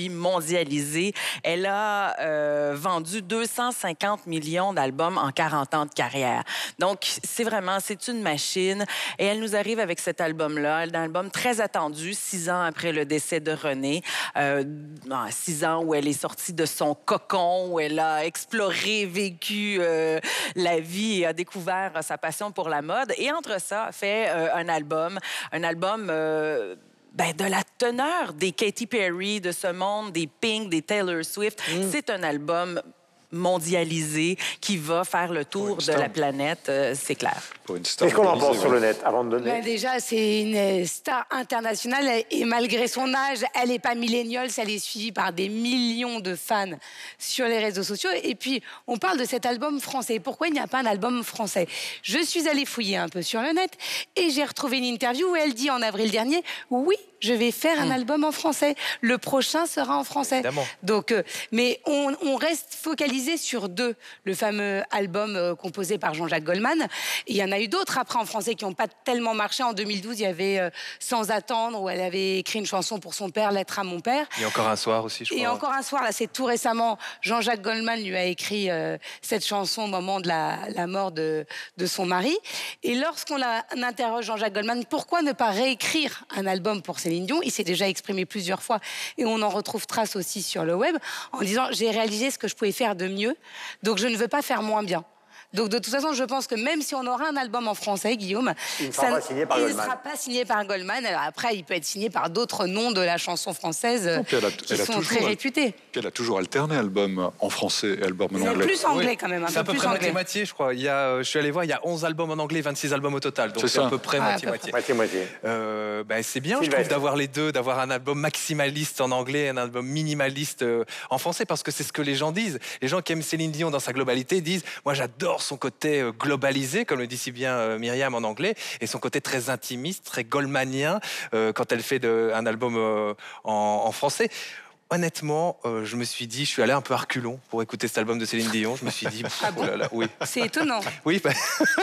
puis mondialisée. Elle a euh, vendu deux cent cinquante millions d'albums en quarante ans de carrière. Donc, c'est vraiment, c'est une machine. Et elle nous arrive avec cet album-là, un album très attendu, six ans après le décès de René. Euh, six ans où elle est sortie de son cocon, où elle a exploré, vécu euh, la vie et a découvert euh, sa passion pour la mode. Et entre ça, fait euh, un album, un album... Euh, Ben, de la teneur des Katy Perry, de ce monde, des Pink, des Taylor Swift. Mm. C'est un album mondialisé qui va faire le tour de la planète, euh, c'est clair. Qu'est-ce qu'on en pense sur le net, avant de donner? Ben déjà, c'est une star internationale et malgré son âge, elle n'est pas milléniale, elle est suivie par des millions de fans sur les réseaux sociaux. Et puis, on parle de cet album français. Pourquoi il n'y a pas un album français? Je suis allée fouiller un peu sur le net et j'ai retrouvé une interview où elle dit en avril dernier, oui, je vais faire un mmh. album en français. Le prochain sera en français. Évidemment. Donc, euh, mais on, on reste focalisé sur deux. Le fameux album euh, composé par Jean-Jacques Goldman. Il y en a eu d'autres après en français qui n'ont pas tellement marché. En deux mille douze, il y avait euh, Sans attendre, où elle avait écrit une chanson pour son père, Lettre à mon père. Et Encore un soir aussi, je crois. Et Encore un soir, là, c'est tout récemment. Jean-Jacques Goldman lui a écrit euh, cette chanson au moment de la, la mort de, de son mari. Et lorsqu'on la, on interroge Jean-Jacques Goldman, pourquoi ne pas réécrire un album pour Céline Dion? Il s'est déjà exprimé plusieurs fois et on en retrouve trace aussi sur le web en disant j'ai réalisé ce que je pouvais faire de mieux, donc je ne veux pas faire moins bien. Donc, de toute façon, je pense que même si on aura un album en français, Guillaume, il ne sera, pas, signé par il Goldman. sera pas signé par Goldman. Alors après, il peut être signé par d'autres noms de la chanson française non, elle a, qui elle a sont toujours, très réputés. Elle a toujours alterné album en français et album en C'est anglais. plus anglais oui. quand même. C'est à peu près moitié-moitié, je crois. Il y a, je suis allé voir, il y a onze albums en anglais, vingt-six albums au total. Donc c'est à peu près moitié-moitié. Ah, moitié-moitié. Euh, ben, c'est bien, Sylvestre. Je trouve, d'avoir les deux, d'avoir un album maximaliste en anglais et un album minimaliste euh, en français, parce que c'est ce que les gens disent. Les gens qui aiment Céline Dion dans sa globalité disent « Moi, j'adore son côté euh, globalisé, comme le dit si bien euh, Myriam en anglais, et son côté très intimiste, très goldmanien, euh, quand elle fait de, un album euh, en, en français. » Honnêtement, euh, je me suis dit, je suis allé un peu à reculons pour écouter cet album de Céline Dion. Je me suis dit, pff, ah bon oh là là, oui. C'est étonnant. Oui. Bah,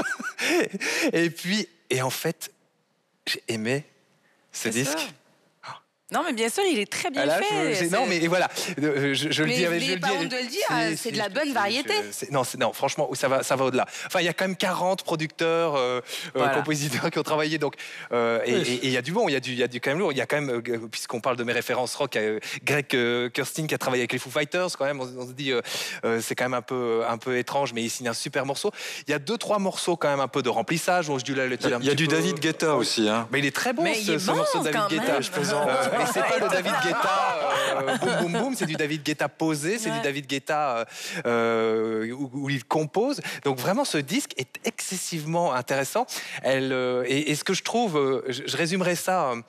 et puis, et en fait, j'ai aimé ce disque. Ça. Non, mais bien sûr, il est très bien là, fait. Je, non, mais voilà, je, je mais le dis avec. Mais je pas le dis, honte de le dire, c'est, c'est de la bonne variété. Je, non, non, franchement, ça va, ça va au-delà. Enfin, il y a quand même quarante producteurs, euh, voilà. euh, compositeurs qui ont travaillé, donc euh, et il y a du bon, il y a du, il y a du quand même lourd. Il y a quand même, euh, puisqu'on parle de mes références rock, euh, Greg euh, Kurstin qui a travaillé avec les Foo Fighters, quand même. On, on se dit, euh, euh, c'est quand même un peu, un peu étrange, mais il signe un super morceau. Il y a deux, trois morceaux quand même un peu de remplissage. Où je dis là, le il y a du peu... David Guetta aussi, hein. Mais il est très bon, mais ce, est ce bon, morceau de David Guetta. Je plaisante. Euh, et c'est pas le David Guetta, euh, boum boum boum, c'est du David Guetta posé, c'est ouais. du David Guetta euh, où, où il compose. Donc vraiment, ce disque est excessivement intéressant. Elle, euh, et, et ce que je trouve, euh, je, je résumerai ça. Euh,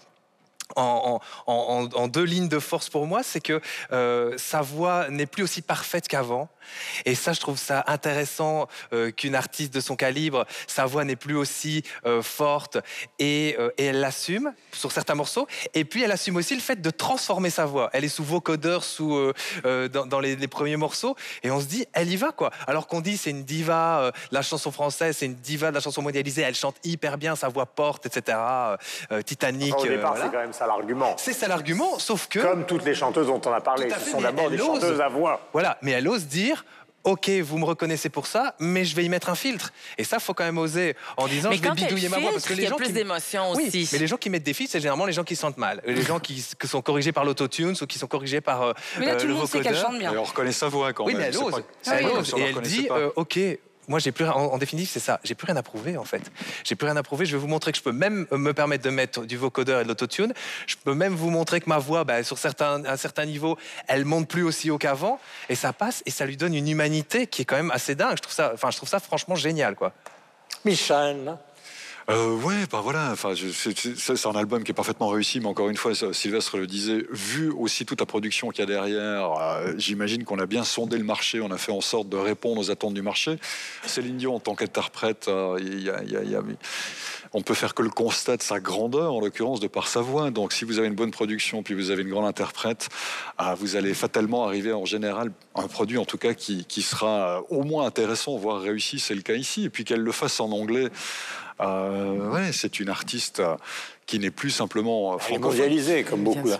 En, en, en, en deux lignes de force pour moi, c'est que euh, sa voix n'est plus aussi parfaite qu'avant. Et ça, je trouve ça intéressant euh, qu'une artiste de son calibre, sa voix n'est plus aussi euh, forte et, euh, et elle l'assume sur certains morceaux. Et puis, elle assume aussi le fait de transformer sa voix. Elle est sous vocodeur, sous, euh, euh, dans, dans les, les premiers morceaux. Et on se dit, elle y va, quoi. Alors qu'on dit, c'est une diva euh, de la chanson française, c'est une diva de la chanson mondialisée. Elle chante hyper bien, sa voix porte, et cetera. Euh, Titanic. Enfin, au départ, euh, voilà. c'est quand même ça l'argument. C'est ça l'argument, sauf que... Comme toutes les chanteuses dont on a parlé, ce sont d'abord des ose, chanteuses à voix. Voilà, mais elle ose dire... Ok, vous me reconnaissez pour ça, mais je vais y mettre un filtre. Et ça, faut quand même oser en disant mais je vais bidouiller ma voix parce que les il y a gens plus qui... d'émotion aussi. Oui, mais les gens qui mettent des filtres, c'est généralement les gens qui sentent mal, les gens qui, qui sont corrigés par l'autotune ou qui sont corrigés par euh, mais là, tout le le monde vocodeur. sait qu'elle chante bien. Et on reconnaît sa voix quand oui, même. Oui, mais elle ose. Pas... Elle oui, ose. Et elle dit euh, ok. Moi, j'ai plus, en, en définitive, c'est ça. J'ai plus rien à prouver, en fait. J'ai plus rien à prouver. Je vais vous montrer que je peux même me permettre de mettre du vocodeur et de l'autotune. Je peux même vous montrer que ma voix, bah, sur certains, à un certain niveau, elle monte plus aussi haut qu'avant. Et ça passe, et ça lui donne une humanité qui est quand même assez dingue. Je trouve ça, enfin, je trouve ça franchement génial, quoi. Michel. Euh, ouais, bah voilà. Enfin, je, c'est, c'est, c'est un album qui est parfaitement réussi, mais encore une fois, Sylvestre le disait, vu aussi toute la production qu'il y a derrière, euh, j'imagine qu'on a bien sondé le marché, on a fait en sorte de répondre aux attentes du marché. Céline Dion, en tant qu'interprète, euh, y a, y a, y a, on peut faire que le constat de sa grandeur, en l'occurrence de par sa voix. Donc, si vous avez une bonne production, puis vous avez une grande interprète, euh, vous allez fatalement arriver en général à un produit, en tout cas, qui, qui sera au moins intéressant, voire réussi. C'est le cas ici. Et puis qu'elle le fasse en anglais. Euh, ouais, c'est une artiste qui n'est plus simplement francophone. Mondialisée, comme beaucoup là.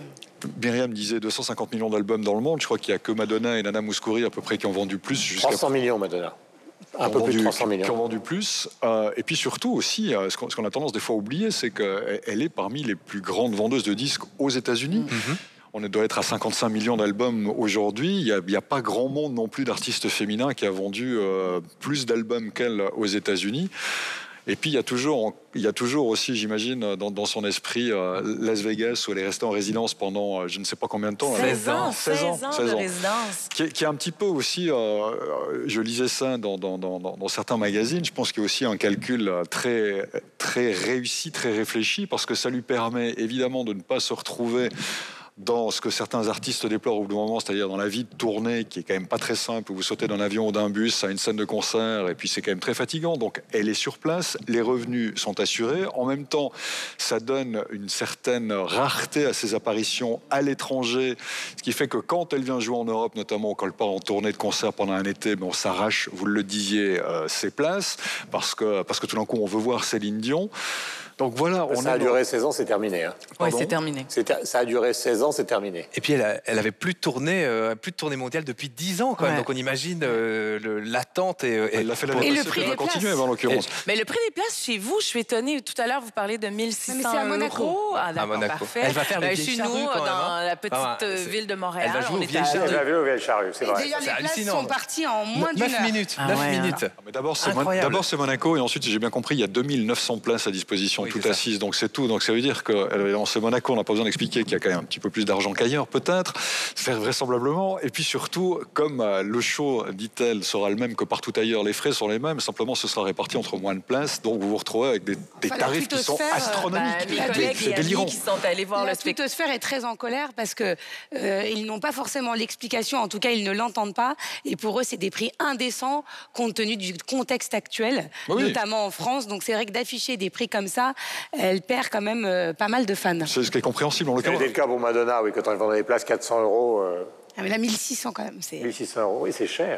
Myriam disait deux cent cinquante millions d'albums dans le monde. Je crois qu'il n'y a que Madonna et Nana Mouskouri à peu près qui ont vendu plus. Jusqu'à... trois cents millions, Madonna. Un peu plus de trois cents millions. Qui ont vendu plus. Euh, et puis surtout aussi, euh, ce qu'on ce qu'on a tendance des fois à oublier, c'est qu'elle est parmi les plus grandes vendeuses de disques aux États-Unis. Mm-hmm. On doit être à cinquante-cinq millions d'albums aujourd'hui. Il n'y a, a pas grand monde non plus d'artistes féminins qui a vendu euh, plus d'albums qu'elle aux États-Unis. Et puis il y a toujours, il y a toujours aussi, j'imagine, dans, dans son esprit, euh, Las Vegas, où elle est restée en résidence pendant euh, je ne sais pas combien de temps. seize ans, seize ans, seize ans de résidence. Qui est, qui est un petit peu aussi, euh, je lisais ça dans, dans, dans, dans certains magazines, je pense qu'il y a aussi un calcul très, très réussi, très réfléchi, parce que ça lui permet évidemment de ne pas se retrouver dans ce que certains artistes déplorent au bout d'un moment, c'est-à-dire dans la vie de tournée qui est quand même pas très simple, où vous sautez d'un avion ou d'un bus à une scène de concert et puis c'est quand même très fatigant. Donc elle est sur place, les revenus sont assurés. En même temps, ça donne une certaine rareté à ses apparitions à l'étranger, ce qui fait que quand elle vient jouer en Europe, notamment quand elle part en tournée de concert pendant un été, ben on s'arrache, vous le disiez, euh, ses places parce que, parce que tout d'un coup on veut voir Céline Dion. Donc voilà, on ça a duré seize ans, c'est terminé. Hein. Oui, c'est terminé. C'est, ça a duré seize ans, c'est terminé. Et puis elle, a, elle avait plus de tournée, euh, plus de tournée mondiale depuis dix ans quand même. Ouais. Donc on imagine euh, le, l'attente et, et elle l'a fait l'année et passée, le prix elle va des continuer places. En l'occurrence. Et, mais le prix des places chez vous, je suis étonnée. Tout à l'heure, vous parlez de mille six cents mais c'est à Monaco. euros. Ah, d'accord, à Monaco. Parfait. Elle va faire les ben, vieilles chez charrues nous, quand même, dans hein. la petite ah, ville de Montréal, elle va jouer on aux est vieilles à... charrues. Elle va jouer aux vieilles charrues, c'est vrai. Déjà, les c'est places hallucinant. sont parties en moins d'une neuf heure. minutes. Ah, neuf ouais, minutes. Ah, mais d'abord, c'est, Incroyable. d'abord, c'est Monaco, et ensuite, j'ai bien compris, il y a deux mille neuf cents places à disposition, Oui, tout c'est ça. assises, donc c'est tout. Donc ça veut dire que dans ce Monaco, on n'a pas besoin d'expliquer qu'il y a quand même un petit peu plus d'argent qu'ailleurs, peut-être, faire vraisemblablement. Et puis surtout, comme euh, le show, dit-elle, sera le même que partout ailleurs, les frais sont les mêmes, simplement ce sera réparti entre moins de places, donc vous vous retrouvez avec des, des Enfin, tarifs qui sont twittosphère, astronomiques. Ben, mes C'est- collègues c'est et amis délirant. qui sont allés voir La le spectacle. twittosphère est très en colère parce que euh, ils n'ont pas forcément l'explication, en tout cas ils ne l'entendent pas, et pour eux c'est des prix indécents compte tenu du contexte actuel, Oui. notamment en France. Donc c'est vrai que d'afficher des prix comme ça, elle perd quand même euh, pas mal de fans. C'est ce qui est compréhensible en C'était l'occurrence. le cas pour Madonna, oui, quand on vendait des places quatre cents euros, euh, Ah, mais là mille six cents quand même, c'est. mille six cents euros, oui, c'est cher.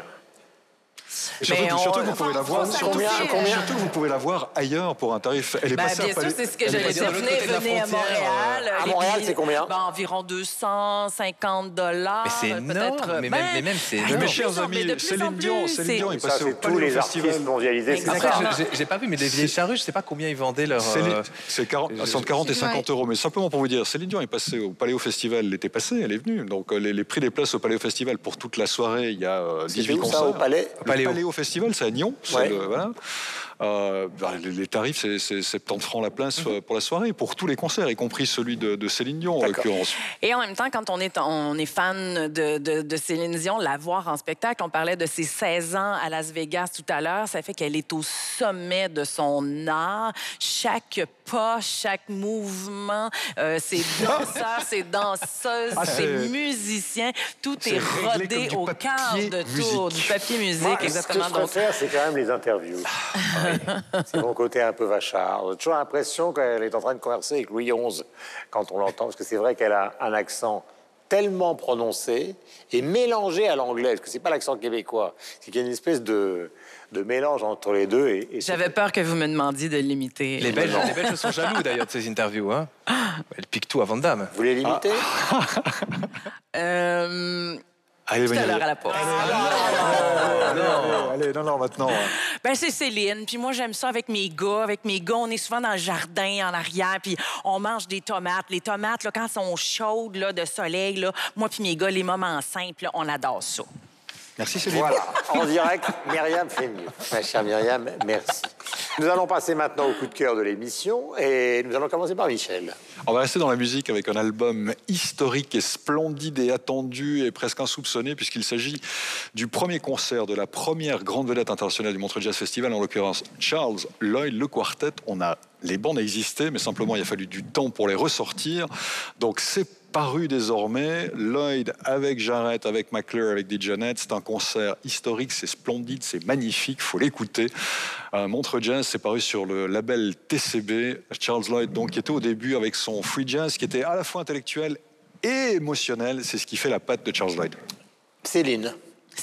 Et surtout, Mais que- on- surtout que vous enfin, pouvez la en voir, France, ça combien, touche, combien, euh, surtout que vous pouvez la voir ailleurs pour un tarif. Elle est Ben, passée à bien sûr, Palais- c'est ce que elle est j'allais passée dire. à l'autre Venez, côté de la venez à frontière, Montréal. à les Montréal, billets, c'est combien ben, environ deux cent cinquante dollars. Mais c'est énorme. peut-être. Mais Ben, même, mais même c'est ah, Mais de mes énorme. chers plus en- mais amis, de plus en Céline Dion, plus, Céline c'est- Dion est Ça, passée au c'est tous Palais les au Festival. artistes mondialisés. c'est Après, ça. Exactement. je- j'ai- j'ai pas vu, mais les vieilles charrues, je sais pas combien ils vendaient leur. Céline- euh, C'est quarante, je- entre quarante et Ouais. cinquante euros. Mais simplement pour vous dire, Céline Dion est passée au Paléo Festival l'été passé, elle est venue. Donc euh, les, les prix des places au Paléo Festival pour toute la soirée, il y a euh, C'était dix-huit où, ça, concerts. au Palais Le Paléo. Paléo Festival, c'est à Nyon. c'est Ouais. le- voilà. Euh, bah, les, les tarifs, c'est, c'est soixante-dix francs la place euh, pour la soirée, pour tous les concerts, y compris celui de, de Céline Dion, en D'accord. l'occurrence. Et en même temps, quand on est, on est fan de, de, de Céline Dion, la voir en spectacle, on parlait de ses seize ans à Las Vegas tout à l'heure, ça fait qu'elle est au sommet de son art. Chaque pas, chaque mouvement, euh, ses danseurs, ses danseuses, Ah, ses c'est- musiciens, tout c'est est réglé rodé comme du au papier quart de tour, musique. du papier musique, Moi, exactement. Ce que je Donc, préfère, c'est quand même les interviews. C'est mon côté un peu vachard. J'ai toujours l'impression qu'elle est en train de converser avec Louis onze quand on l'entend, parce que c'est vrai qu'elle a un accent tellement prononcé et mélangé à l'anglais, parce que c'est pas l'accent québécois, c'est qu'il y a une espèce de, de mélange entre les deux. Et, et c'est- j'avais peur que vous me demandiez de l'imiter. Les Belges, les Belges sont jaloux d'ailleurs de ces interviews. Hein. Elle pique tout à Van Damme. Vous voulez l'imiter Euh, Allez, tout à venez, l'heure allez. à la pause. non, allez, non, non, maintenant. Ben, c'est Céline. Puis moi, j'aime ça avec mes gars. Avec mes gars, on est souvent dans le jardin, en arrière, puis on mange des tomates. Les tomates, là, quand elles sont chaudes, là, de soleil, là, moi puis mes gars, les moments simples, là, on adore ça. Merci Céline. Voilà, en direct, Myriam fait mieux. Ma chère Myriam, merci. Nous allons passer maintenant au coup de cœur de l'émission et nous allons commencer par Michel. On va rester dans la musique avec un album historique et splendide et attendu et presque insoupçonné puisqu'il s'agit du premier concert de la première grande vedette internationale du Montreux Jazz Festival, en l'occurrence Charles Lloyd, le quartet. On a, les bandes existaient, mais simplement il a fallu du temps pour les ressortir. Donc c'est paru désormais, Lloyd avec Jarrett, avec McClure, avec Dijonette. C'est un concert historique, c'est splendide, c'est magnifique, faut l'écouter. Euh, Montreux Jazz, c'est paru sur le label T C B. Charles Lloyd, donc, qui était au début avec son free jazz, qui était à la fois intellectuel et émotionnel. C'est ce qui fait la patte de Charles Lloyd. Céline.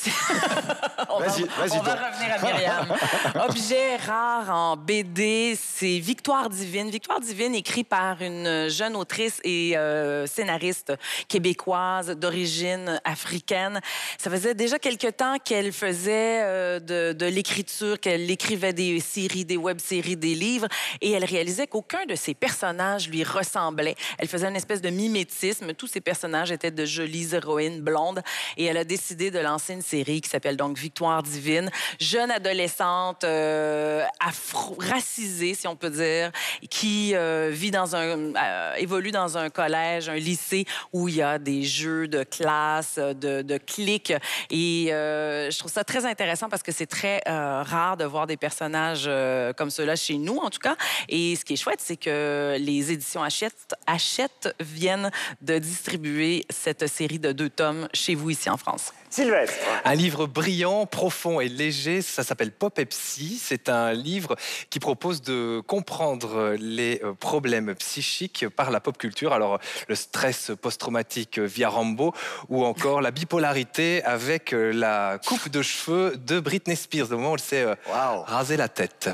on va, Vas-y, vas-y on va donc. revenir à Myriam. Objet rare en B D, c'est Victoire divine. Victoire divine, écrit par une jeune autrice et euh, scénariste québécoise d'origine africaine. Ça faisait déjà quelque temps qu'elle faisait euh, de, de l'écriture, qu'elle écrivait des séries, des web-séries, des livres, et elle réalisait qu'aucun de ses personnages lui ressemblait. Elle faisait une espèce de mimétisme. Tous ses personnages étaient de jolies héroïnes blondes, et elle a décidé de lancer une série qui s'appelle donc Victoire divine. Jeune adolescente euh, afro-racisée, si on peut dire, qui euh, vit dans un, euh, évolue dans un collège, un lycée où il y a des jeux de classe, de, de cliques. Et euh, je trouve ça très intéressant parce que c'est très euh, rare de voir des personnages euh, comme ceux-là chez nous, en tout cas. Et ce qui est chouette, c'est que les éditions Hachette, Hachette viennent de distribuer cette série de deux tomes chez vous ici en France. Sylvestre. Un livre brillant, profond et léger, ça s'appelle Pop et Psy. C'est un livre qui propose de comprendre les euh, problèmes psychiques par la pop culture. Alors, le stress post-traumatique via Rambo ou encore la bipolarité avec euh, la coupe de cheveux de Britney Spears, au moment où elle s'est euh, Wow. rasé la tête.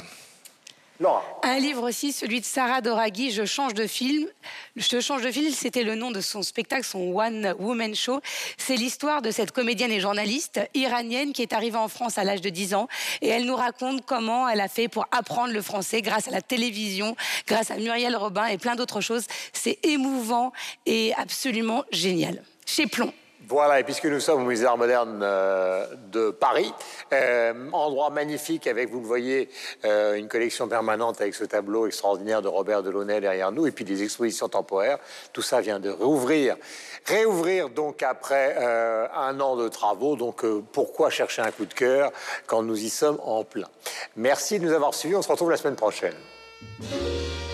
Laura. Un livre aussi, celui de Sarah Doraghi, Je change de film. Je change de film, c'était le nom de son spectacle, son One Woman Show. C'est l'histoire de cette comédienne et journaliste iranienne qui est arrivée en France à l'âge de dix ans. Et elle nous raconte comment elle a fait pour apprendre le français grâce à la télévision, grâce à Muriel Robin et plein d'autres choses. C'est émouvant et absolument génial. Chez Plomb. Voilà, et puisque nous sommes au Musée d'Art moderne euh, de Paris, euh, endroit magnifique avec, vous le voyez, euh, une collection permanente avec ce tableau extraordinaire de Robert Delaunay derrière nous, et puis des expositions temporaires. Tout ça vient de réouvrir. Réouvrir donc après euh, un an de travaux, donc euh, pourquoi chercher un coup de cœur quand nous y sommes en plein. Merci de nous avoir suivis, on se retrouve la semaine prochaine.